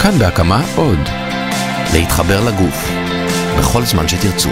כאן בהקמה עוד. להתחבר לגוף. בכל זמן שתרצו.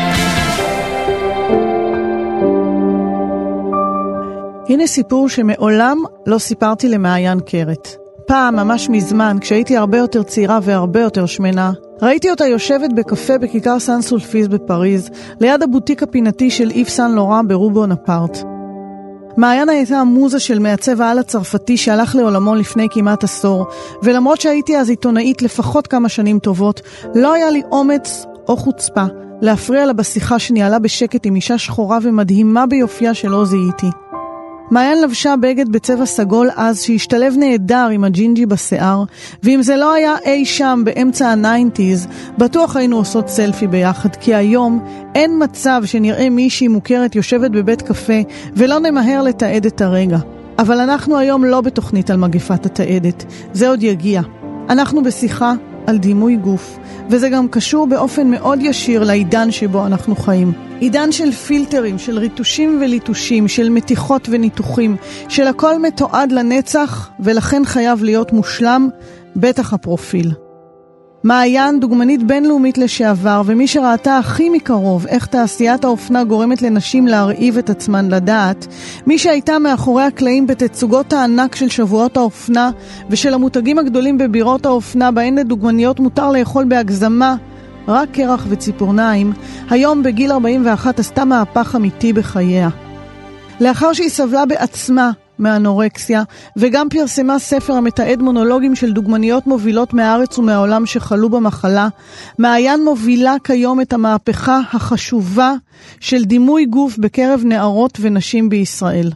הנה סיפור שמעולם לא סיפרתי למעיין קרת. פעם, ממש מזמן, כשהייתי הרבה יותר צעירה והרבה יותר שמנה, ראיתי אותה יושבת בקפה בכיכר סן סולפיז בפריז, ליד הבוטיק הפינתי של איב סן לורן ברובון אפרט. מעיין הייתה המוזה של מעצב העל הצרפתי שהלך לעולמו לפני כמעט עשור, ולמרות שהייתי אז עיתונאית לפחות כמה שנים טובות, לא היה לי אומץ או חוצפה להפריע לה בשיחה שניהלה בשקט עם אישה שחורה ומדהימה ביופייה שלא זיהיתי. מעיין לבשה בגד בצבע סגול אז שהשתלב נהדר עם הג'ינג'י בשיער, ואם זה לא היה אי שם באמצע ה-90s, בטוח היינו עושות סלפי ביחד, כי היום אין מצב שנראה מישהי מוכרת יושבת בבית קפה ולא נמהר לתעד את הרגע. אבל אנחנו היום לא בתוכנית על מגפת התעדת, זה עוד יגיע. אנחנו בשיחה על דימוי גוף, וזה גם קשור באופן מאוד ישיר לעידן שבו אנחנו חיים. עידן של פילטרים, של ריטושים וליטושים, של מתיחות וניתוחים, של הכל מתועד לנצח, ולכן חייב להיות מושלם, בטח הפרופיל. מעיין, דוגמנית בינלאומית לשעבר, ומי שראתה הכי מקרוב איך תעשיית האופנה גורמת לנשים להרעיב את עצמן לדעת, מי שהייתה מאחורי הקלעים בתצוגות הענק של שבועות האופנה, ושל המותגים הגדולים בבירות האופנה, בהן לדוגמניות מותר לאכול בהגזמה, רק קרח וציפורניים, היום בגיל 41 עשתה מהפך אמיתי בחייה. לאחר שהיא סבלה בעצמה מאנורקסיה, וגם פרסמה ספר המתעד מונולוגים של דוגמניות מובילות מהארץ ומהעולם שחלו במחלה, מעיין מובילה כיום את המהפכה החשובה של דימוי גוף בקרב נערות ונשים בישראל.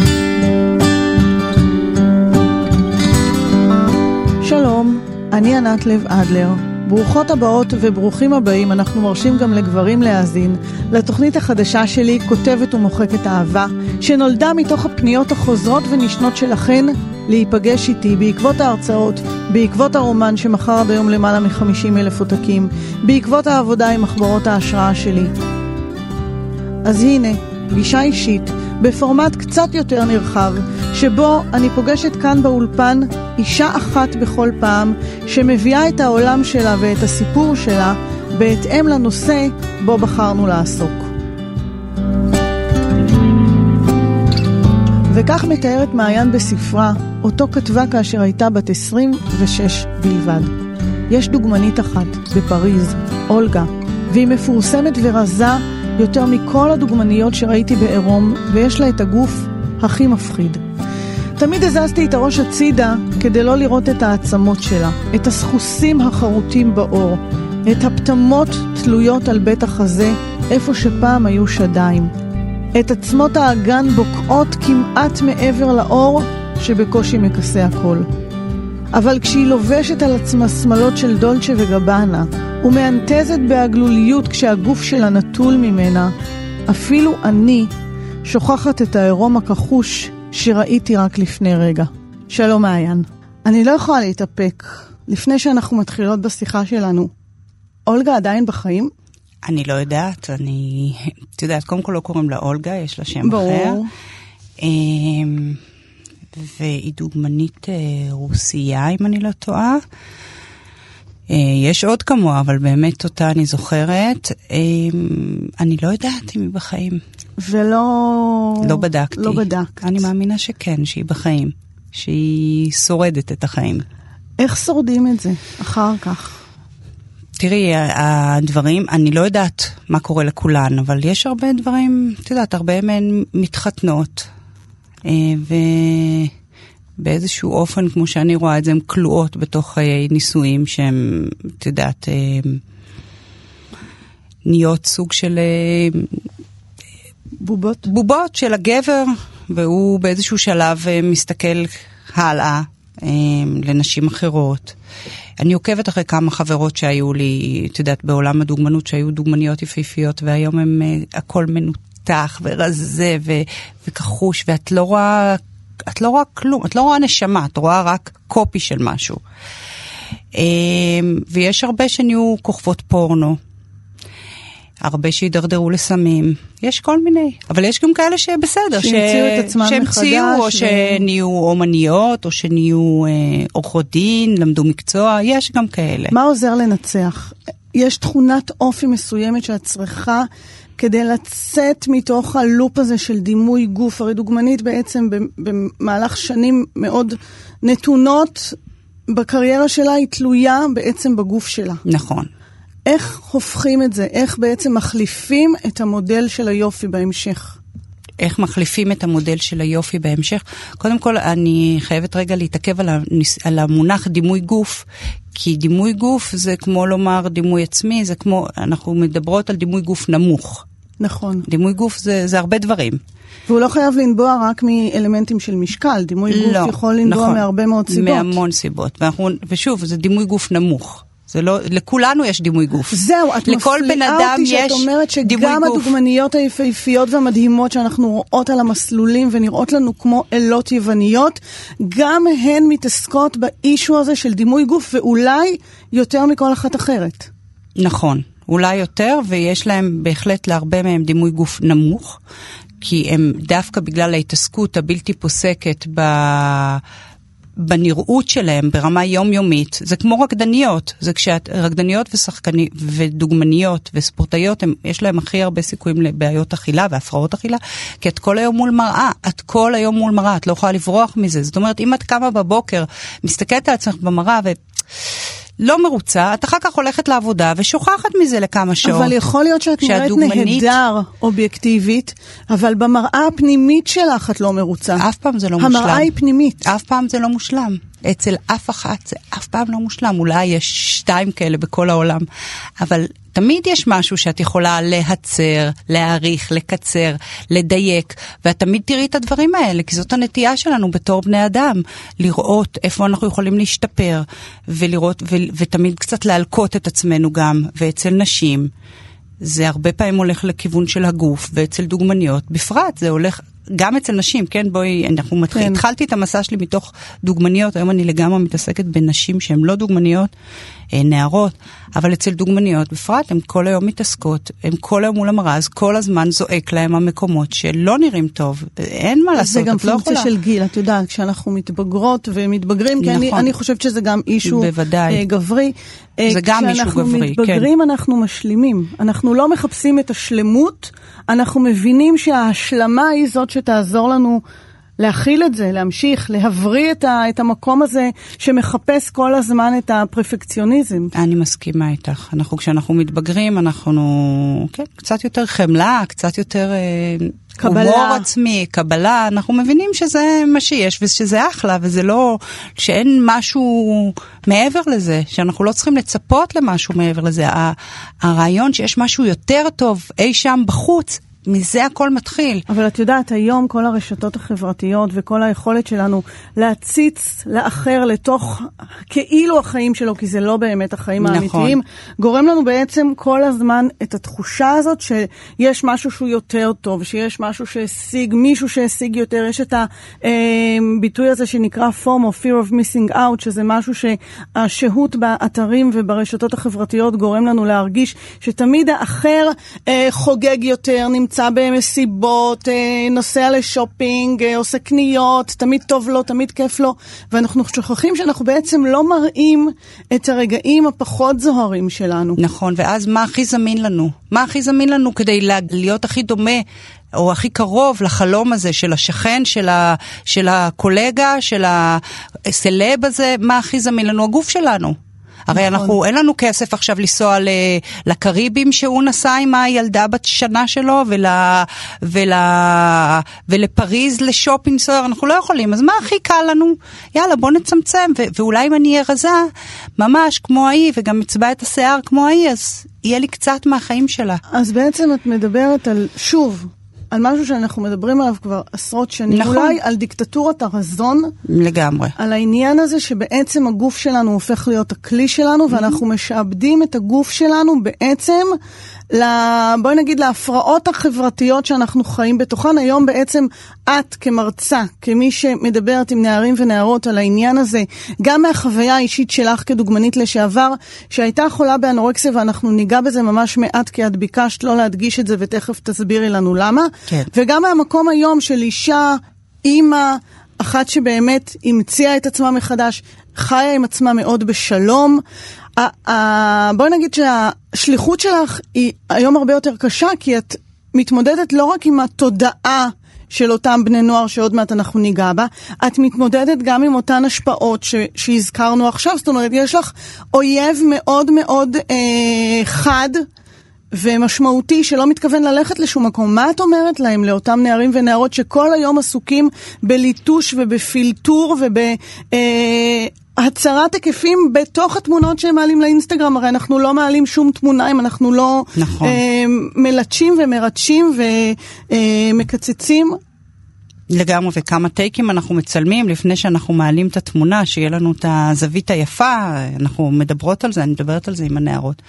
שלום, אני ענת לב אדלר. ברוכות הבאות וברוכים הבאים, אנחנו מרשים גם לגברים להאזין, לתוכנית החדשה שלי, כותבת ומוחקת אהבה, שנולדה מתוך הפניות החוזרות ונשנות שלכן להיפגש איתי בעקבות ההרצאות, בעקבות הרומן שמחר עד היום למעלה מ50,000 עותקים, בעקבות העבודה עם מחברות ההשראה שלי. אז הנה, פגישה אישית, בפורמט קצת יותר נרחב, שבו אני פוגשת כאן באולפן אישה אחת בכל פעם, שמביאה את העולם שלה ואת הסיפור שלה, בהתאם לנושא בו בחרנו לעסוק. וכך מתארת מעיין בספרה, אותו כתבה כאשר הייתה בת 26 בלבד. יש דוגמנית אחת בפריז, אולגה, והיא מפורסמת ורזה יותר מכל הדוגמניות שראיתי בעירום, ויש לה את הגוף הכי מפחיד. תמיד הזזתי את הראש הצידה כדי לא לראות את העצמות שלה, את הסחוסים החרוטים באור, את הפתמות תלויות על בית החזה, איפה שפעם היו שדיים, את עצמות האגן בוקעות כמעט מעבר לאור שבקושי מכסה הכל. אבל כשהיא לובשת על עצמה שמלות של דולצ'ה וגבנה, ומאנטזת בהגלוליות כשהגוף שלה נטול ממנה, אפילו אני שוכחת את העירום הכחוש שראיתי רק לפני רגע. שלום מעיין. אני לא יכולה להתאפק. לפני שאנחנו מתחילות בשיחה שלנו, אולגה עדיין בחיים? אני לא יודעת, את יודעת, קודם כל לא קוראים לה אולגה, יש לה שם אחר. והיא דוגמנית רוסיה, אם אני לא טועה. יש עוד כמוה, אבל באמת אותה אני זוכרת. אני לא יודעת אם היא בחיים. לא בדקתי. לא בדקת. אני מאמינה שכן, שהיא בחיים. שהיא שורדת את החיים. איך שורדים את זה אחר כך? תראי, הדברים, אני לא יודעת מה קורה לכולן, אבל יש הרבה דברים, את יודעת, הרבה מהן מתחתנות. ובאיזשהו אופן, כמו שאני רואה את זה, הן כלואות בתוך חיי נישואים, שהן, את יודעת, נהיות סוג של בובות של הגבר, והוא באיזשהו שלב מסתכל הלאה לנשים אחרות. אני עוקבת אחרי כמה חברות שהיו לי, את יודעת, בעולם הדוגמנות, שהיו דוגמניות יפהפיות, והיום הם הכל מנותח ורזה וכחוש, ואת לא רואה, כלום, את לא רואה נשמה, את רואה רק קופי של משהו. ויש הרבה שנהיו כוכבות פורנו. הרבה שהידרדרו לסמים, יש כל מיני, אבל יש גם כאלה שבסדר, שהמציאו את עצמם מחדש, או שנהיו אומניות, או שנהיו עורכות דין, למדו מקצוע, יש גם כאלה. מה עוזר לנצח? יש תכונת אופי מסוימת שאת צריכה כדי לצאת מתוך הלופ הזה של דימוי גוף. הרי דוגמנית בעצם במהלך שנים מאוד נתונות בקריירה שלה, היא תלויה בעצם בגוף שלה. נכון. איך הופכים את זה? איך בעצם מחליפים את המודל של היופי בהמשך? איך מחליפים את המודל של היופי בהמשך? קודם כל, אני חייבת רגע להתעכב על המונח דימוי גוף, כי דימוי גוף זה כמו לומר דימוי עצמי, זה כמו, אנחנו מדברות על דימוי גוף נמוך. נכון. דימוי גוף זה הרבה דברים. והוא לא חייב לנבוע רק מאלמנטים של משקל, דימוי גוף יכול לנבוע נכון, מהרבה מאוד סיבות. מהמון סיבות, ושוב, זה דימוי גוף נמוך. זה לא, לכולנו יש דימוי גוף. זהו, את מפליאה אותי שאת אומרת שגם הדוגמניות היפהפיות והמדהימות שאנחנו רואות על המסלולים ונראות לנו כמו אלות יווניות, גם הן מתעסקות באישו הזה של דימוי גוף, ואולי יותר מכל אחת אחרת. נכון, אולי יותר, ויש להם בהחלט להרבה מהם דימוי גוף נמוך, כי הם דווקא בגלל ההתעסקות הבלתי פוסקת בנראות שלהם, ברמה יומיומית, זה כמו רקדניות, זה כשרקדניות ודוגמניות וספורטאיות, יש להם הכי הרבה סיכויים לבעיות אכילה והפרעות אכילה, כי את כל היום מול מראה, את לא יכולה לברוח מזה, זאת אומרת, אם את קמה בבוקר, מסתכלת על עצמך במראה לא מרוצה, את אחר כך הולכת לעבודה ושוכחת מזה לכמה שעות. אבל יכול להיות שאת נראית נהדר אובייקטיבית, אבל במראה הפנימית שלך את לא מרוצה. אף פעם זה לא מושלם. המראה היא פנימית. אף פעם זה לא מושלם. אצל אף אחת זה אף פעם לא מושלם. אולי יש 2 כאלה בכל העולם. אבל תמיד יש משהו שאת יכולה להצר, להעריך, לקצר, לדייק, ואת תמיד תראי את הדברים האלה, כי זאת הנטייה שלנו בתור בני אדם, לראות איפה אנחנו יכולים להשתפר, ולראות, ותמיד קצת להלקות את עצמנו גם, ואצל נשים, זה הרבה פעמים הולך לכיוון של הגוף, ואצל דוגמניות, בפרט זה הולך גם אצל נשים, כן, בואי, התחלתי את המסע שלי מתוך דוגמניות, היום אני לגמרי מתעסקת בנשים שהן לא דוגמניות, נערות, אבל אצל דוגמניות בפרט, הן כל היום מתעסקות, הן כל היום מול המראה, אז כל הזמן זועק להם המקומות שלא נראים טוב, אין מה לעשות, זה גם פונקציה של גיל, את יודעת, כשאנחנו מתבגרות ומתבגרים, כי אני חושבת שזה גם אישו גברי, זה גם אישו גברי, כשאנחנו מתבגרים אנחנו משלימים, אנחנו לא מחפשים את השלמות, אנחנו מבינים שההשלמה היא זאת שתעזור לנו להכיל את זה, להמשיך, להבריא את המקום הזה שמחפש כל הזמן את הפרפקציוניזם. אני מסכימה איתך. כשאנחנו מתבגרים, אנחנו קצת יותר חמלה, קצת יותר הומור עצמי, קבלה. אנחנו מבינים שזה מה שיש ושזה אחלה, וזה לא, שאין משהו מעבר לזה, שאנחנו לא צריכים לצפות למשהו מעבר לזה. הרעיון שיש משהו יותר טוב אי שם בחוץ, מזה הכל מתחיל. אבל את יודעת, היום כל הרשתות החברתיות וכל היכולת שלנו להציץ לאחר לתוך כאילו החיים שלו, כי זה לא באמת החיים האמיתיים, גורם לנו בעצם כל הזמן את התחושה הזאת שיש משהו שהוא יותר טוב, שיש משהו שהשיג, מישהו שהשיג יותר, יש את הביטוי הזה שנקרא FOMO, Fear of Missing Out, שזה משהו שהשהות באתרים וברשתות החברתיות גורם לנו להרגיש שתמיד האחר חוגג יותר, נמצא במסיבות, נוסע לשופינג, עושה קניות, תמיד טוב לו, תמיד כיף לו, ואנחנו שוכחים שאנחנו בעצם לא מראים את הרגעים הפחות זוהרים שלנו. נכון, ואז מה הכי זמין לנו? מה הכי זמין לנו כדי להיות הכי דומה או הכי קרוב לחלום הזה של השכן, של הקולגה, של הסלב הזה? מה הכי זמין לנו? הגוף שלנו. הרי אין לנו כסף עכשיו לנסוע לקריבים שהוא נסע עם הילדה בת שנה שלו, ולפריז לשופינג, אנחנו לא יכולים. אז מה הכי קל לנו? יאללה, בוא נצמצם, ואולי אם אני אהיה רזה, ממש כמו ההיא, וגם מצבע את השיער כמו ההיא, אז יהיה לי קצת מהחיים שלה. אז בעצם את מדברת על, שוב, על משהו שאנחנו מדברים עליו כבר עשרות שנים, נכון. אולי על דיקטטורת הרזון. לגמרי. על העניין הזה שבעצם הגוף שלנו הופך להיות הכלי שלנו, ואנחנו משעבדים את הגוף שלנו בעצם, בואי נגיד, להפרעות החברתיות שאנחנו חיים בתוכן. היום בעצם את כמרצה, כמי שמדברת עם נערים ונערות על העניין הזה, גם מהחוויה האישית שלך כדוגמנית לשעבר, שהייתה חולה באנורקסיה, ואנחנו ניגע בזה ממש מעט, כי את ביקשת לא להדגיש את זה, ותכף תסבירי לנו למה. כן. וגם מהמקום היום של אישה, אימא, אחת שבאמת המציאה את עצמה מחדש, חיה עם עצמה מאוד בשלום. בואי נגיד שהשליחות שלך היא היום הרבה יותר קשה, כי את מתמודדת לא רק עם התודעה של אותם בני נוער שעוד מעט אנחנו ניגע בה, את מתמודדת גם עם אותן השפעות שהזכרנו עכשיו. זאת אומרת, יש לך אויב מאוד מאוד חד ומשמעותי שלא מתכוון ללכת לשום מקום. מה את אומרת להם, לאותם נערים ונערות שכל היום עסוקים בליטוש ובפילטור הצרת היקפים בתוך התמונות שהם מעלים לאינסטגרם? הרי אנחנו לא מעלים שום תמונה אם אנחנו לא נכון. מלטשים ומרטשים ומקצצים. לגמרי, וכמה טייקים אנחנו מצלמים לפני שאנחנו מעלים את התמונה, שיהיה לנו את הזווית היפה. אנחנו מדברות על זה, אני מדברת על זה עם הנערות.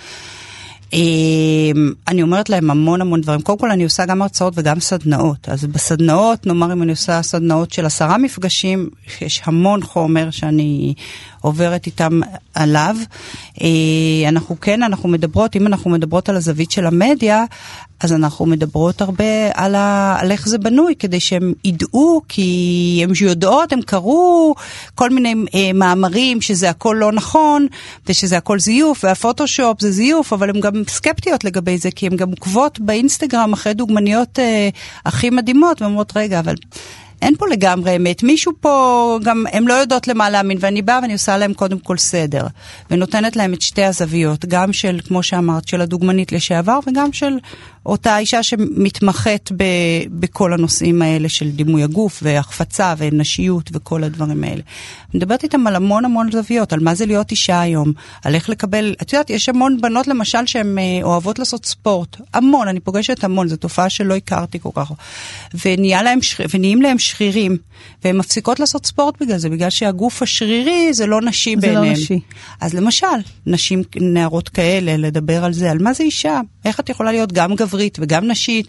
אני אומרת להם המון דברים. קודם כל אני עושה גם הרצאות וגם סדנאות. אז בסדנאות, נאמר אם אני עושה סדנאות של 10 מפגשים, יש המון חומר שאני עוברת איתם עליו. אנחנו מדברות, אם אנחנו מדברות על הזווית של המדיה, אז אנחנו מדברות הרבה על איך זה בנוי, כדי שהם ידעו, כי הם יודעות, הם קראו כל מיני מאמרים שזה הכל לא נכון, ושזה הכל זיוף, והפוטושופ זה זיוף, אבל הם גם סקפטיות לגבי זה, כי הם גם עוקבות באינסטגרם אחרי דוגמניות הכי מדהימות, ואומרות, רגע, אבל אין פה לגמרי אמת. מישהו פה, גם הם לא יודעות למה להאמין, ואני באה ואני עושה להם קודם כל סדר, ונותנת להם את שתי הזוויות, גם של, כמו שאמרת, של הדוגמנית לשעבר, וגם של אותה אישה שמתמחת בכל הנושאים האלה של דימוי הגוף, והחפצה, ונשיות, וכל הדברים האלה. אני מדברת איתם על המון זוויות, על מה זה להיות אישה היום, על איך לקבל, את יודעת, יש המון בנות למשל שהן אוהבות לעשות ספורט, המון, אני פוגשת המון, זו תופעה שלא הכרתי כל כך, ונהיים להם שרירים, והן מפסיקות לעשות ספורט בגלל זה, בגלל שהגוף השרירי זה לא נשי ביניהם. זה לא נשי. אז למשל, נשים, נערות כאלה, לדבר על זה, על מה זה אישה, איך את יכולה להיות גם גברית וגם נשית,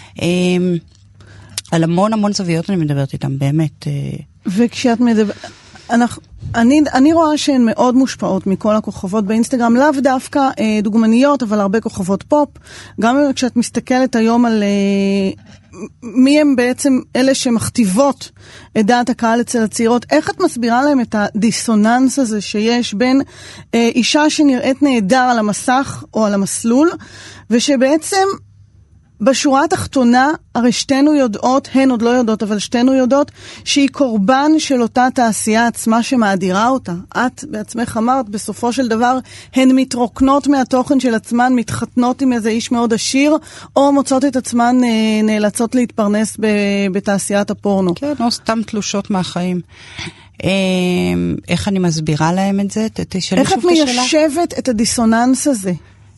על המון זוויות אני מדברת איתם, באמת. וכשאת מדברת, אני רואה שהן מאוד מושפעות מכל הכוכבות באינסטגרם, לאו דווקא דוגמניות, אבל הרבה כוכבות פופ. גם כשאת מסתכלת היום על מי הם בעצם אלה שמכתיבות את דעת הקהל אצל הצעירות, איך את מסבירה להם את הדיסוננס הזה שיש בין אישה שנראית נהדר על המסך או על המסלול, ושבעצם בשורה התחתונה, הרי שתינו יודעות, הן עוד לא יודעות, אבל שתינו יודעות שהיא קורבן של אותה תעשייה עצמה שמאדירה אותה. את בעצמך אמרת, בסופו של דבר, הן מתרוקנות מהתוכן של עצמן, מתחתנות עם איזה איש מאוד עשיר, או מוצאות את עצמן נאלצות להתפרנס בתעשיית הפורנו. כן, או סתם תלושות מהחיים. איך אני מסבירה להם את זה? איך את מיישבת את הדיסוננס הזה?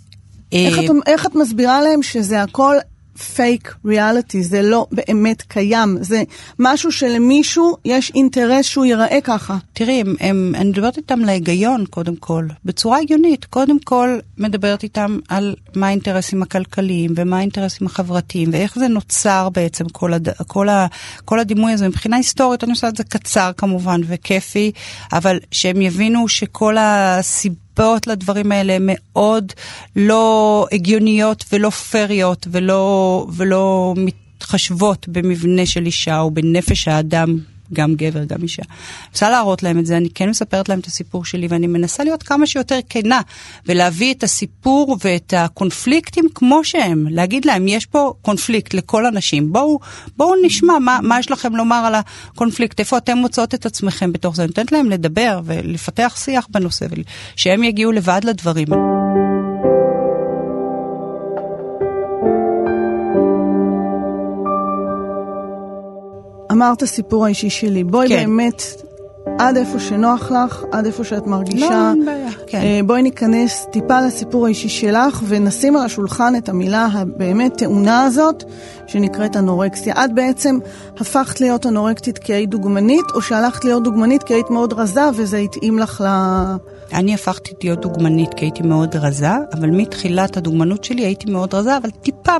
איך את מסבירה להם שזה הכל פייק ריאליטי, זה לא באמת קיים, זה משהו שלמישהו יש אינטרס שהוא ייראה ככה? תראי, אני מדברת איתם להיגיון קודם כל, בצורה הגיונית, קודם כל מדברת איתם על מה האינטרסים הכלכליים ומה האינטרסים החברתיים, ואיך זה נוצר בעצם כל הדימוי הזה. מבחינה היסטורית, אני עושה את זה קצר כמובן וכיפי, אבל שהם יבינו שכל הסיבות לדברים האלה מאוד לא הגיוניות ולא פריות ולא מתחשבות במבנה של אישה או בנפש האדם, גם גבר, גם אישה. אפשר להראות להם את זה, אני כן מספרת להם את הסיפור שלי, ואני מנסה להיות כמה שיותר כנה, ולהביא את הסיפור ואת הקונפליקטים כמו שהם, להגיד להם, יש פה קונפליקט לכל אנשים, בואו נשמע מה יש לכם לומר על הקונפליקט, איפה אתם מוצאות את עצמכם בתוך זה, נותנת להם לדבר ולפתח שיח בנושא, שהם יגיעו לבד לדברים. אמרת הסיפור האישי שלי, בואי כן. באמת עד איפה שנוח לך, עד איפה שאת מרגישה. לא, אין בעיה, כן. בואי ניכנס טיפה לסיפור האישי שלך, ונשים על השולחן את המילה הבאמת טעונה הזאת, שנקראת אנורקסיה. את בעצם הפכת להיות אנורקטית כי היית דוגמנית, או שהלכת להיות דוגמנית כי היית מאוד רזה, וזה התאים לך אני הפכתי להיות דוגמנית כי הייתי מאוד רזה, אבל מתחילת הדוגמנות שלי הייתי מאוד רזה, אבל טיפה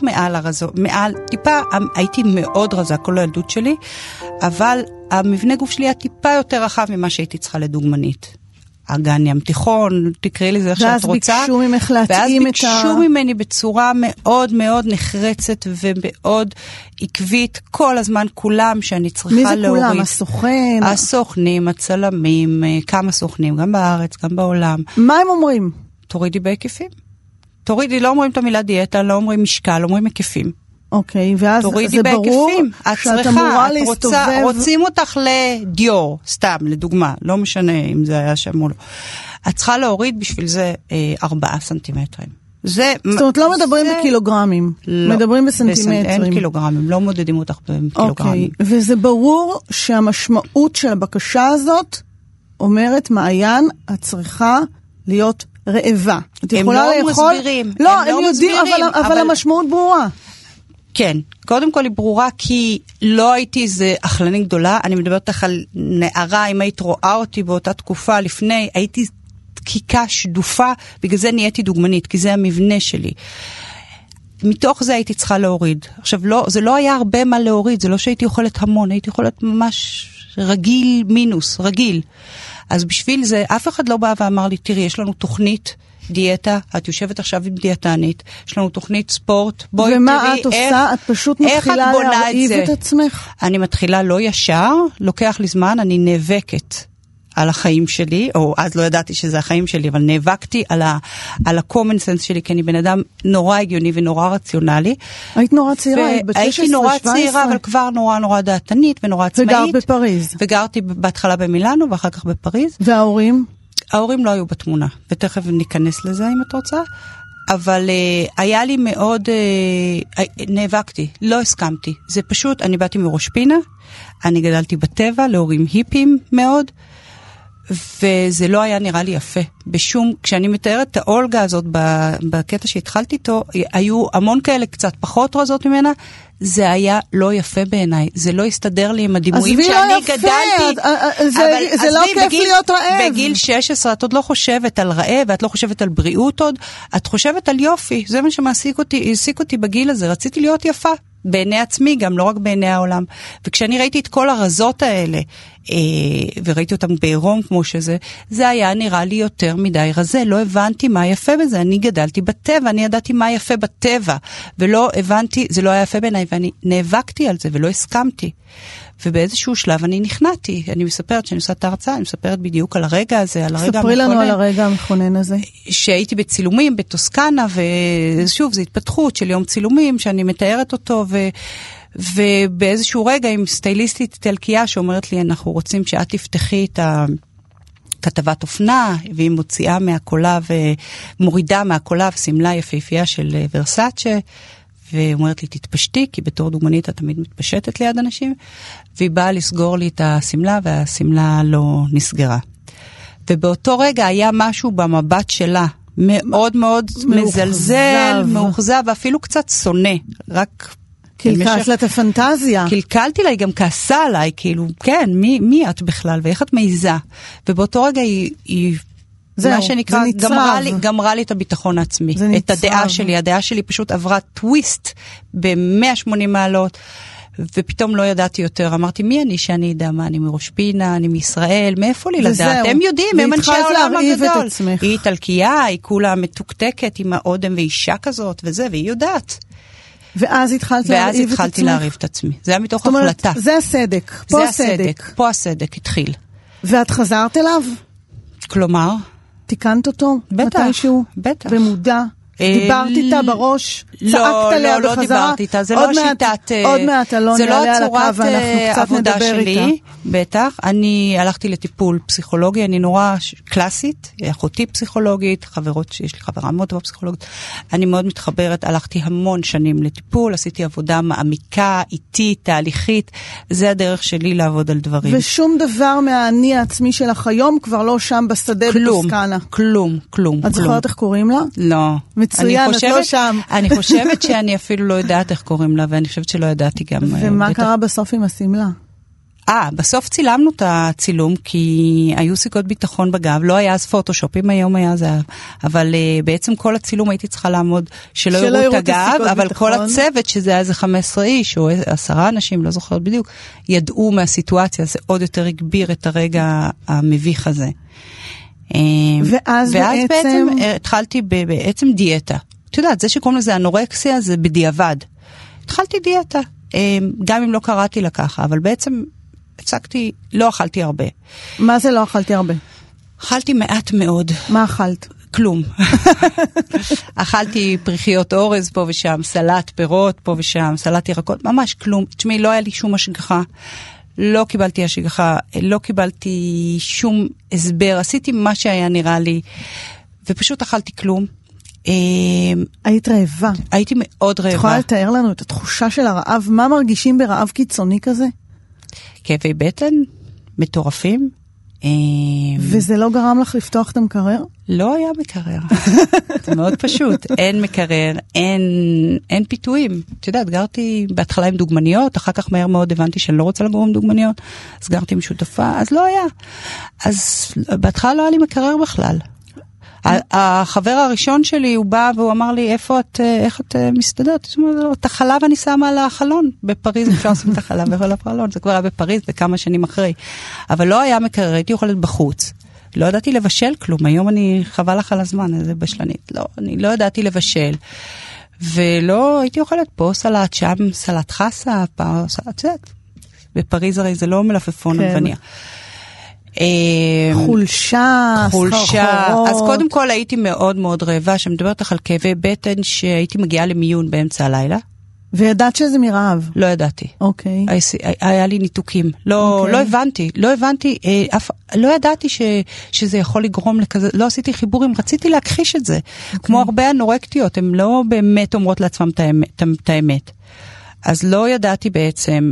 טיפה הייתי מאוד רזה כל הילדות שלי, אבל המבנה גוף שלי היה טיפה יותר רחב ממה שהייתי צריכה לדוגמנית. אגן ים תיכון, תקראי לי זה איך שאת רוצה. ואז ביקשו ממך להתאים ואז ביקשו ממני בצורה מאוד מאוד נחרצת ומאוד עקבית, כל הזמן כולם שאני צריכה להוריד. מי זה כולם? הסוכן? הסוכנים, הצלמים, כמה סוכנים, גם בארץ, גם בעולם. מה הם אומרים? תורידי בהיקפים. תורידי, לא אומרים את המילה דיאטה, לא אומרים משקל, אומרים היקפים. אוקיי, ואז זה ברור שאת אמורה להסתובב. רוצים אותך לדיור, סתם, לדוגמה, לא משנה אם זה היה שם או לא. את צריכה להוריד בשביל זה 4 סנטימטרים. זאת אומרת, לא מדברים בקילוגרמים, מדברים בסנטימטרים. אין קילוגרמים, לא מודדים אותך בקילוגרמים. אוקיי, וזה ברור שהמשמעות של הבקשה הזאת אומרת, מעיין, את צריכה להיות רעבה. הם לא מסבירים. לא, הם יודעים, אבל המשמעות ברורה. כן, קודם כל היא ברורה כי לא הייתי איזה אכלנית גדולה, אני מדברת לך על נערה, אם היית רואה אותי באותה תקופה לפני, הייתי דקיקה שדופה, בגלל זה נהייתי דוגמנית, כי זה המבנה שלי. מתוך זה הייתי צריכה להוריד. עכשיו, זה לא היה הרבה מה להוריד, זה לא שהייתי אוכלת המון, הייתי אוכלת ממש רגיל מינוס, רגיל. אז בשביל זה, אף אחד לא בא ואמר לי, תראי, יש לנו תוכנית, דיאטה, את יושבת עכשיו עם דיאטנית, יש לנו תוכנית ספורט, בואי תראי ומה את עושה? את פשוט מתחילה להרעיב את עצמך? אני מתחילה לא ישר, לוקח לי זמן, אני נאבקת על החיים שלי, או אז לא ידעתי שזה החיים שלי, אבל נאבקתי על ה-common sense שלי, כי אני בן אדם נורא הגיוני ונורא רציונלי. היית נורא צעירה, היית בת 16-17. הייתי נורא צעירה, אבל כבר נורא דעתנית ונורא עצמאית. וגרת בפריז. וגרתי בהתחלה במילאנו, ואחר כך בפריז. וההורים? ההורים לא היו בתמונה, ותכף ניכנס לזה אם את רוצה, אבל היה לי מאוד, נאבקתי, לא הסכמתי. זה פשוט, אני באתי מראש פינה, אני גדלתי בטבע, להורים היפים מאוד, וזה לא היה נראה לי יפה. כשאני מתארת את האולגה הזאת בקטע שהתחלתי איתו, היו המון כאלה קצת פחות רזות ממנה, זה היה לא יפה בעיניי. זה לא הסתדר לי עם הדימויים שאני גדלתי. זה לא כיף להיות רעב. בגיל 16 את עוד לא חושבת על רעב, ואת לא חושבת על בריאות עוד, את חושבת על יופי. זה מה שמעסיק אותי בגיל הזה. רציתי להיות יפה. בעיני עצמי, גם לא רק בעיני העולם. וכשאני ראיתי את כל הרזות האלה, וראיתי אותם בעירום כמו שזה, זה היה נראה לי יותר מדי רזה. לא הבנתי מה יפה בזה. אני גדלתי בטבע, אני ידעתי מה יפה בטבע, ולא הבנתי, זה לא היה יפה בעיניי, ואני נאבקתי על זה, ולא הסכמתי. ובאיזשהו שלב אני נכנעתי. אני מספרת שאני עושה את ההרצאה, אני מספרת בדיוק על הרגע הזה, על הרגע המכונן. ספרי לנו על הרגע המכונן הזה. שהייתי בצילומים בטוסקנה, ושוב, זו התפתחות של יום צילומים, שאני מתארת אותו, ובאיזשהו רגע עם סטייליסטית איטלקייה, שאומרת לי, אנחנו רוצים שאת תפתחי את כתבת אופנה, והיא מוציאה מהקולב, מורידה מהקולב, סמלה יפהפייה של ורסאצ'ה, ואומרת לי, תתפשטי, כי בתור דוגמנית את תמיד מתפשטת ליד אנשים, והיא באה לסגור לי את הסמלה, והסמלה לא נסגרה. ובאותו רגע היה משהו במבט שלה, מאוד מאוד מזלזל, מאוכזב, ואפילו קצת שונא, רק... קלקלת לה את הפנטזיה. קלקלתי לה, היא גם כעסה עליי, כאילו, כן, מי את בכלל, ואיך את מעיזה? ובאותו רגע היא מה שנקרא, גמרה לי את הביטחון העצמי, את הדעה שלי. הדעה שלי פשוט עברה טוויסט ב-180 מעלות, ופתאום לא ידעתי יותר. אמרתי, מי אני שאני אדע מה? אני מראש פינה, אני מישראל, מאיפה לי לדעת? הם יודעים, הם אנשי העולם הגדול. היא איטלקייה, היא כולה מתוקתקת עם האודם ואישה כזאת וזה, והיא יודעת. ואז התחלתי להריב את עצמי. זה היה מתוך החלטה. זה הסדק, פה הסדק. פה הסדק התחיל. ואת חזרת אליו? כלומר? תיקנת אותו? בטח, מתישהו? בטח. במודע? דיברת איתה בראש? צעקת עליה בחזרה? לא דיברתי איתה, זה לא שיטת... עוד מעט, אלון יעלה על הקו ואנחנו קצת נדבר איתה. בטח, אני הלכתי לטיפול פסיכולוגי, אני נורא קלאסית, אחותי פסיכולוגית, חברות שיש לי חברה מאוד טובה פסיכולוגית, אני מאוד מתחברת, הלכתי המון שנים לטיפול, עשיתי עבודה מעמיקה, איטית, תהליכית, זה הדרך שלי לעבוד על דברים. ושום דבר מהאני העצמי שלך היום כבר לא שם בשדה בטוסקנה. כלום. את זוכרת איך קוראים לה? לא. מצוין, את לא שם. אני חושבת שאני אפילו לא יודעת איך קוראים לה, ואני חושבת שלא ידעתי גם... ומה קרה בסוף עם הסמלה? בסוף צילמנו את הצילום, כי היו סיכות ביטחון בגב, לא היה אז פוטושופים, היום היה זה, אבל בעצם כל הצילום הייתי צריכה לעמוד, שלא יראו את הגב, אבל כל הצוות, שזה היה איזה 15 איש, או 10 אנשים, לא זוכרת בדיוק, ידעו מהסיטואציה, זה עוד יותר הגביר את הרגע המביך הזה. ואז בעצם התחלתי בעצם דיאטה. את יודעת, זה שקוראים לזה אנורקסיה, זה בדיעבד. התחלתי דיאטה, גם אם לא קראתי לה ככה, אבל בעצם הפסקתי, לא אכלתי הרבה. מה זה לא אכלתי הרבה? אכלתי מעט מאוד. מה אכלת? כלום. אכלתי פריחיות אורז פה ושם, סלט פירות פה ושם, סלט ירקות, ממש כלום. תשמעי, לא היה לי שום השגחה. לא קיבלתי השגחה, לא קיבלתי שום הסבר, עשיתי מה שהיה נראה לי, ופשוט אכלתי כלום. היית רעבה. הייתי מאוד רעבה. את יכולה לתאר לנו את התחושה של הרעב? מה מרגישים ברעב קיצוני כזה? כאבי בטן, מטורפים. וזה לא גרם לך לפתוח את המקרר? לא היה מקרר. זה מאוד פשוט. אין מקרר, אין פיתויים. את יודעת, גרתי בהתחלה עם דוגמניות, אחר כך מהר מאוד הבנתי שאני לא רוצה לגור עם דוגמניות, אז גרתי עם שותפה, אז לא היה. אז בהתחלה לא היה לי מקרר בכלל. החבר הראשון שלי, הוא בא והוא אמר לי, איך את מסתדרת? זאת אומרת, את החלב אני שמה על החלון. בפריז אפשר לשים את החלב על החלון. זה כבר היה בפריז וכמה שנים אחרי. אבל לא היה מקרר, הייתי אוכלת בחוץ. לא ידעתי לבשל כלום. היום אני חבל לך על הזמן, איזה בשלנית. לא, אני לא ידעתי לבשל. ולא, הייתי אוכלת פה סלט, שם סלט חסה, סלט, בפריז הרי זה לא מלפפון עגבניה. חולשה, סחרחורות. אז קודם כל הייתי מאוד מאוד רעבה, שמדברת לך על כאבי בטן שהייתי מגיעה למיון באמצע הלילה. וידעת שזה מרעב? לא ידעתי. אוקיי. היה לי ניתוקים. לא הבנתי, לא ידעתי שזה יכול לגרום לכזה, לא עשיתי חיבורים, רציתי להכחיש את זה. כמו הרבה אנורקטיות, הן לא באמת אומרות לעצמם את האמת. אז לא ידעתי בעצם...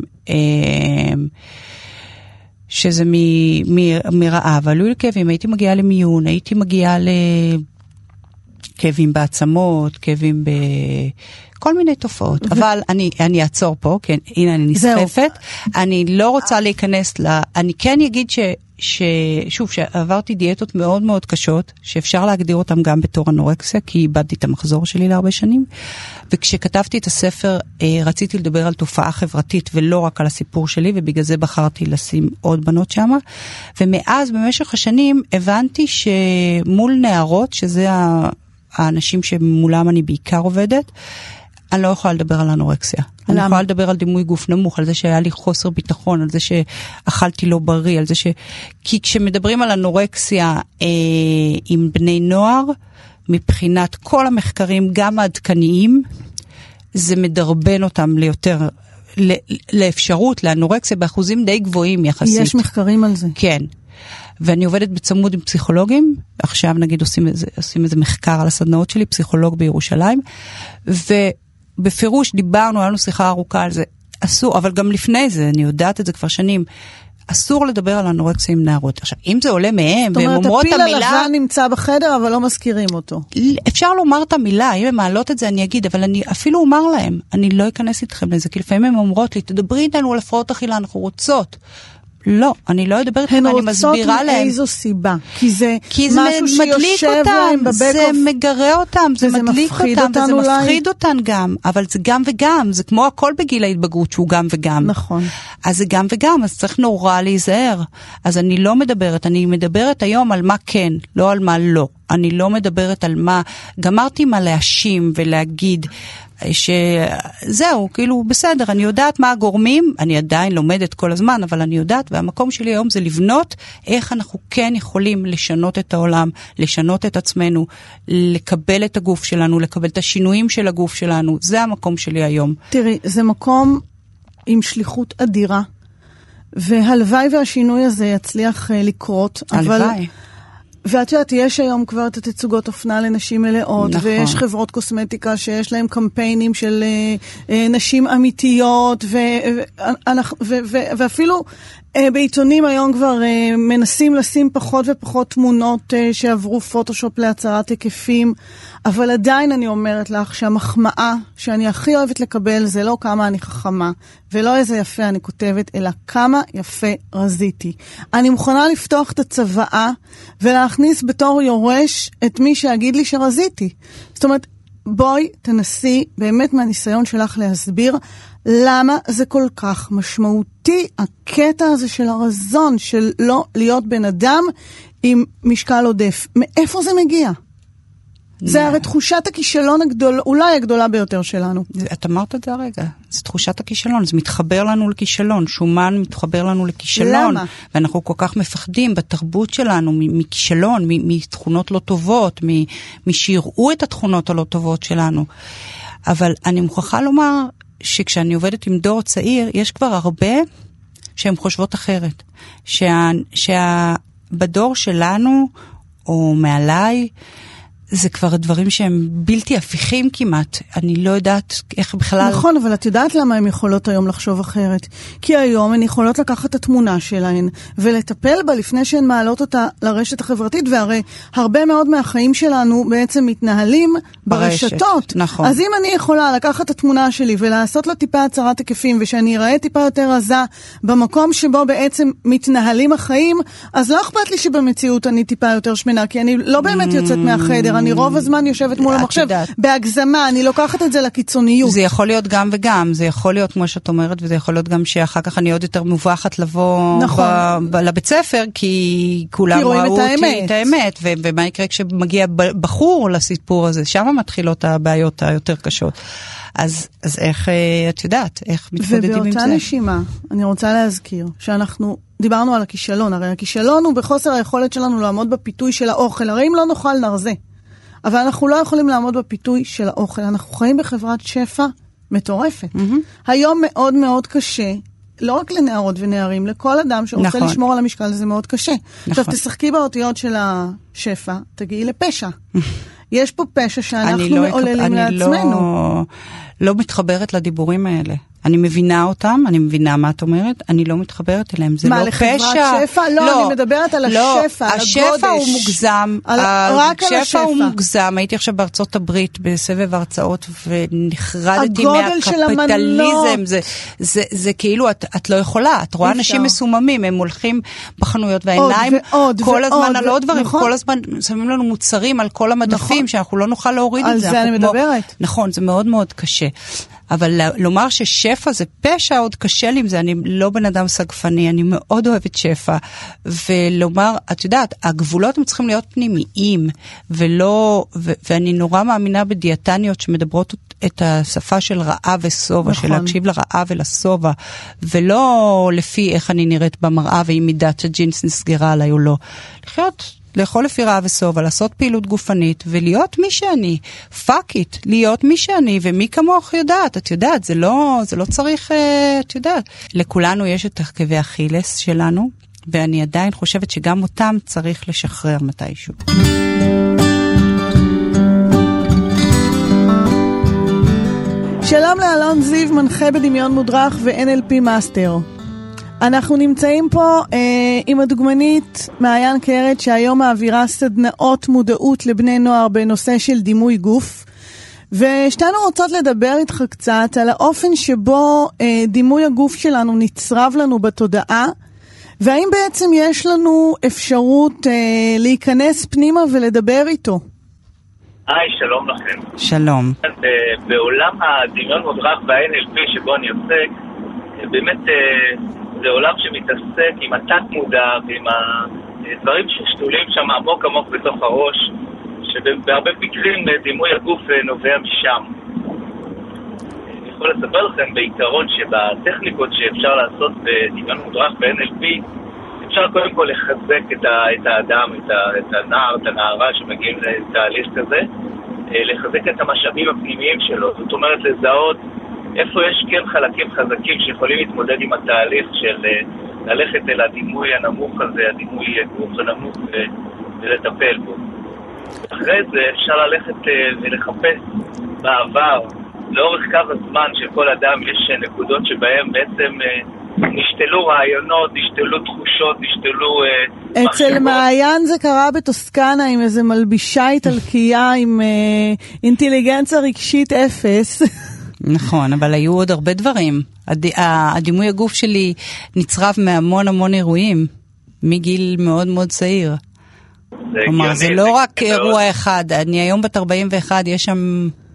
שזה מרעב, עלו לי כאבים, הייתי מגיעה למיון, הייתי מגיעה לכאבים בעצמות, כאבים בכל מיני תופעות, אבל אני אעצור פה, כן, הנה אני נסחפת, אני לא רוצה להיכנס אני כן אגיד שוב, שעברתי דיאטות מאוד מאוד קשות, שאפשר להגדיר אותם גם בתור אנורקסיה, כי איבדתי את המחזור שלי להרבה שנים, וכשכתבתי את הספר, רציתי לדבר על תופעה חברתית, ולא רק על הסיפור שלי, ובגלל זה בחרתי לשים עוד בנות שמה, ומאז במשך השנים הבנתי שמול נערות, שזה האנשים שמולם אני בעיקר עובדת, אני לא יכולה לדבר על אנורקסיה. אני יכולה לדבר על דימוי גוף נמוך, על זה שהיה לי חוסר ביטחון, על זה שאכלתי לא בריא, על זה כי כשמדברים על אנורקסיה עם בני נוער, מבחינת כל המחקרים, גם העדכניים, זה מדרבן אותם ליותר, לאפשרות, לאנורקסיה, באחוזים די גבוהים יחסית. יש מחקרים על זה. כן. ואני עובדת בצמוד עם פסיכולוגים, עכשיו נגיד עושים איזה מחקר על הסדנאות שלי, פסיכולוג בירושלים, בפירוש דיברנו, היה לנו שיחה ארוכה על זה, אסור, אבל גם לפני זה, אני יודעת את זה כבר שנים, אסור לדבר על אנורקסיה עם נערות. עכשיו, אם זה עולה מהם, והם אומרות את המילה... הפיל הלבן נמצא בחדר, אבל לא מזכירים אותו. אפשר לומר את המילה, אם הם מעלות את זה, אני אגיד, אבל אני אפילו אומר להם, אני לא אכנס איתכם לזה, כי לפעמים הם אומרות לי, תדברי איתנו על הפרעות אכילה, אנחנו רוצות. לא, אני לא אדבר איתכם, אני מסבירה להם. הן רוצות מאיזו סיבה? כי זה משהו שיושב להם בבקוף. זה מגרה אותם, זה מדליק אותם, וזה מפחיד אותם גם. אבל זה גם וגם, זה כמו הכל בגיל ההתבגרות שהוא גם וגם. נכון. אז זה גם וגם, אז צריך נורא להיזהר. אז אני לא מדברת, אני מדברת היום על מה כן, לא על מה לא. אני לא מדברת על מה, גמרתי מה להאשים ולהגיד שזהו, כאילו בסדר, אני יודעת מה הגורמים, אני עדיין לומדת כל הזמן, אבל אני יודעת, והמקום שלי היום זה לבנות איך אנחנו כן יכולים לשנות את העולם, לשנות את עצמנו, לקבל את הגוף שלנו, לקבל את השינויים של הגוף שלנו, זה המקום שלי היום. תראי, זה מקום עם שליחות אדירה, והלוואי והשינוי הזה יצליח לקרות. הלוואי. ואת יודעת, יש היום כבר את התצוגות אופנה לנשים מלאות, נכון. ויש חברות קוסמטיקה שיש להם קמפיינים של נשים אמיתיות, ואפילו בעיתונים היום כבר מנסים לשים פחות ופחות תמונות שעברו פוטושופ להצרת היקפים, אבל עדיין אני אומרת לך שהמחמאה שאני הכי אוהבת לקבל זה לא כמה אני חכמה, ולא איזה יפה אני כותבת, אלא כמה יפה רזיתי. אני מוכנה לפתוח את הצוואה ולהכניס בתור יורש את מי שיגיד לי שרזיתי. זאת אומרת, בואי תנסי באמת מהניסיון שלך להסביר למה זה כל כך משמעותי, הקטע הזה של הרזון, של לא להיות בן אדם עם משקל עודף. מאיפה זה מגיע? זה הרי תחושת הכישלון אולי הגדולה ביותר שלנו. את אמרת את זה הרגע, זה תחושת הכישלון, זה מתחבר לנו לכישלון, שומן מתחבר לנו לכישלון. למה? ואנחנו כל כך מפחדים בתרבות שלנו מכישלון, מתכונות לא טובות, משיראו את התכונות הלא טובות שלנו. אבל אני מוכרחה לומר שכשאני עובדת עם דור צעיר, יש כבר הרבה שהן חושבות אחרת. בדור שלנו, או מעליי, זה כבר דברים שהם בלתי הפיכים כמעט. אני לא יודעת איך בכלל... נכון, אבל את יודעת למה הן יכולות היום לחשוב אחרת? כי היום הן יכולות לקחת את התמונה שלהן ולטפל בה לפני שהן מעלות אותה לרשת החברתית, והרי הרבה מאוד מהחיים שלנו בעצם מתנהלים ברשתות. נכון. אז אם אני יכולה לקחת את התמונה שלי ולעשות לה טיפה הצרת היקפים, ושאני אראה טיפה יותר רזה במקום שבו בעצם מתנהלים החיים, אז לא אכפת לי שבמציאות אני טיפה יותר שמנה, כי אני לא באמת יוצאת מהחדר. אני רוב הזמן יושבת מול המחשב, בהגזמה, אני לוקחת את זה לקיצוניות. זה יכול להיות גם וגם, זה יכול להיות כמו שאת אומרת, וזה יכול להיות גם שאחר כך אני עוד יותר מובחת לבוא לבית ספר, כי כולם ראו אותי את האמת, ומה יקרה כשמגיע בחור לסיפור הזה, שם מתחילות הבעיות היותר קשות. אז איך, את יודעת, איך מתמודדים עם זה? ובאותה נשימה, אני רוצה להזכיר, שאנחנו דיברנו על הכישלון, הרי הכישלון הוא בחוסר היכולת שלנו לעמוד בפיתוי של האוכל, הרי אם לא נאכל נרזה. אבל אנחנו לא יכולים לעמוד בפיתוי של האוכל. אנחנו חיים בחברת שפע מטורפת. היום מאוד מאוד קשה, לא רק לנערות ונערים, לכל אדם שרוצה לשמור על המשקל, זה מאוד קשה. עכשיו, תשחקי באותיות של השפע, תגיעי לפשע. יש פה פשע שאנחנו מעוללים לעצמנו. לא מתחברת לדיבורים האלה. אני מבינה אותם, אני מבינה מה את אומרת, אני לא מתחברת אליהם, זה לא פשע. מה, לחברת שפע? לא, אני מדברת על השפע, על הגודש. השפע הוא מוגזם. רק על השפע. השפע הוא מוגזם. הייתי עכשיו בארצות הברית בסבב הרצאות, ונחרדתי מהקפיטליזם. זה כאילו, את לא יכולה. את רואה אנשים מסוממים, הם הולכים בחנויות, והעיניים כל הזמן על עוד דברים, כל הזמן שמים לנו מוצרים על כל המדפים, שאנחנו לא נוכל להוריד את זה. על זה אני מדברת. נכון, זה מאוד מאוד קשה. אבל לומר ששפע זה פשע, עוד קשה לי עם זה, אני לא בן אדם סגפני, אני מאוד אוהבת שפע, ולומר, את יודעת, הגבולות הם צריכים להיות פנימיים, ואני נורא מאמינה בדיאטניות שמדברות את השפה של רעה וסובה, של להקשיב לרעה ולסובה, ולא לפי איך אני נראית במראה, ואם מידת הג'ינס נסגרה עליי או לא. לאכול לפי רעה וסובה, לעשות פעילות גופנית, ולהיות מי שאני. פאק איט, להיות מי שאני, ומי כמוך יודעת. את יודעת, זה לא צריך, את יודעת. לכולנו יש את עקבי אכילס שלנו, ואני עדיין חושבת שגם אותם צריך לשחרר מתישהו. שלום לאלון זיו, מנחה בדמיון מודרך ו-NLP מאסטר. אנחנו נמצאים פה עם הדוגמנית מעיין קרת, שהיום מעבירה סדנאות מודעות לבני נוער בנושא של דימוי גוף, ושתינו רוצות לדבר איתך קצת על האופן שבו דימוי הגוף שלנו נצרב לנו בתודעה, והאם בעצם יש לנו אפשרות להיכנס פנימה ולדבר איתו. היי, שלום לכם. שלום. בעולם הדמיון מודרך וה-NLP שבו אני עוסק, באמת זה עולם שמתעסק עם התת מודע ועם הדברים ששתולים שם עמוק עמוק בתוך הראש, שבהרבה מקרים דימוי הגוף נובע משם. אני יכול לספר לכם בעיקרון שבטכניקות שאפשר לעשות בדמיון מודרך ב-NLP, אפשר קודם כל לחזק את האדם, את הנער, את הנערה שמגיעים לתהליך כזה, לחזק את המשאבים הפנימיים שלו, זאת אומרת לזהות איפה יש כן חלקים חזקים שיכולים להתמודד עם התהליך של ללכת אל הדימוי הנמוך הזה, הדימוי גוף הנמוך ולטפל בו. אחרי זה אפשר ללכת ולחפש בעבר, לאורך קו הזמן של כל אדם יש נקודות שבהם בעצם נשתלו רעיונות, נשתלו תחושות, נשתלו מחשבות. אצל מעיין זה קרה בטוסקנה עם איזה מלבישה איטלקייה עם אינטליגנציה רגשית אפס. נכון, אבל היו עוד הרבה דברים. הדימוי הגוף שלי נצרב מהמון אירועים, מגיל מאוד מאוד צעיר. כלומר, זה לא רק אירוע אחד. אני היום בת 41, יש שם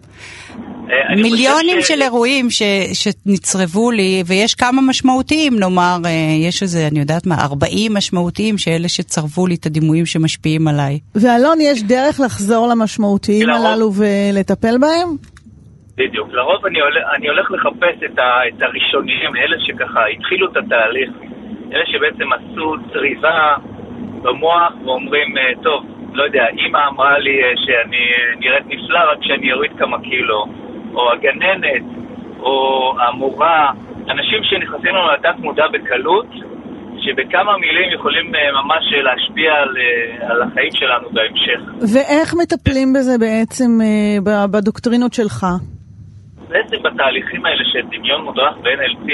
מיליונים של אירועים שנצרבו לי, ויש כמה משמעותיים, נאמר, יש איזה, אני יודעת מה, 40 משמעותיים שאלה שצרבו לי את הדימויים שמשפיעים עליי. ואלון, יש דרך לחזור למשמעותיים הללו ולטפל בהם? בדיוק, לרוב אני הולך לחפש את הראשונים, אלה שככה התחילו את התהליך, אלה שבעצם עשו צריבה במוח ואומרים, טוב, לא יודע, אמא אמרה לי שאני נראית נפלא רק שאני אוריד כמה קילו, או הגננת, או המורה, אנשים שנכנסים לנו לתת מודע בקלות, שבכמה מילים יכולים ממש להשפיע על החיים שלנו בהמשך. ואיך מטפלים בזה בעצם בדוקטרינות שלך? בעצם בתהליכים האלה של דמיון מודרך ב-NLP,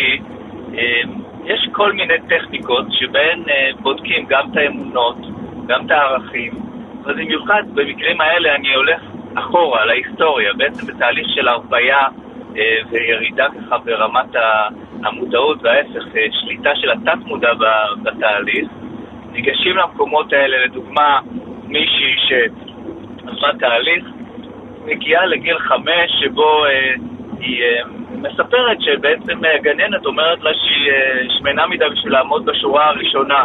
יש כל מיני טכניקות שבהן בודקים גם את האמונות, גם את הערכים, ובמיוחד במקרים האלה אני הולך אחורה להיסטוריה, בעצם בתהליך של הרפיה וירידה ככה ברמת המודעות וההפך, שליטה של התת מודע בתהליך. ניגשים למקומות האלה, לדוגמה מישהי שעשה תהליך, מגיעה לגיל 5 שבו היא מספרת שבעצם גננת אומרת לה שהיא שמנה מדי בשביל לעמוד בשורה הראשונה.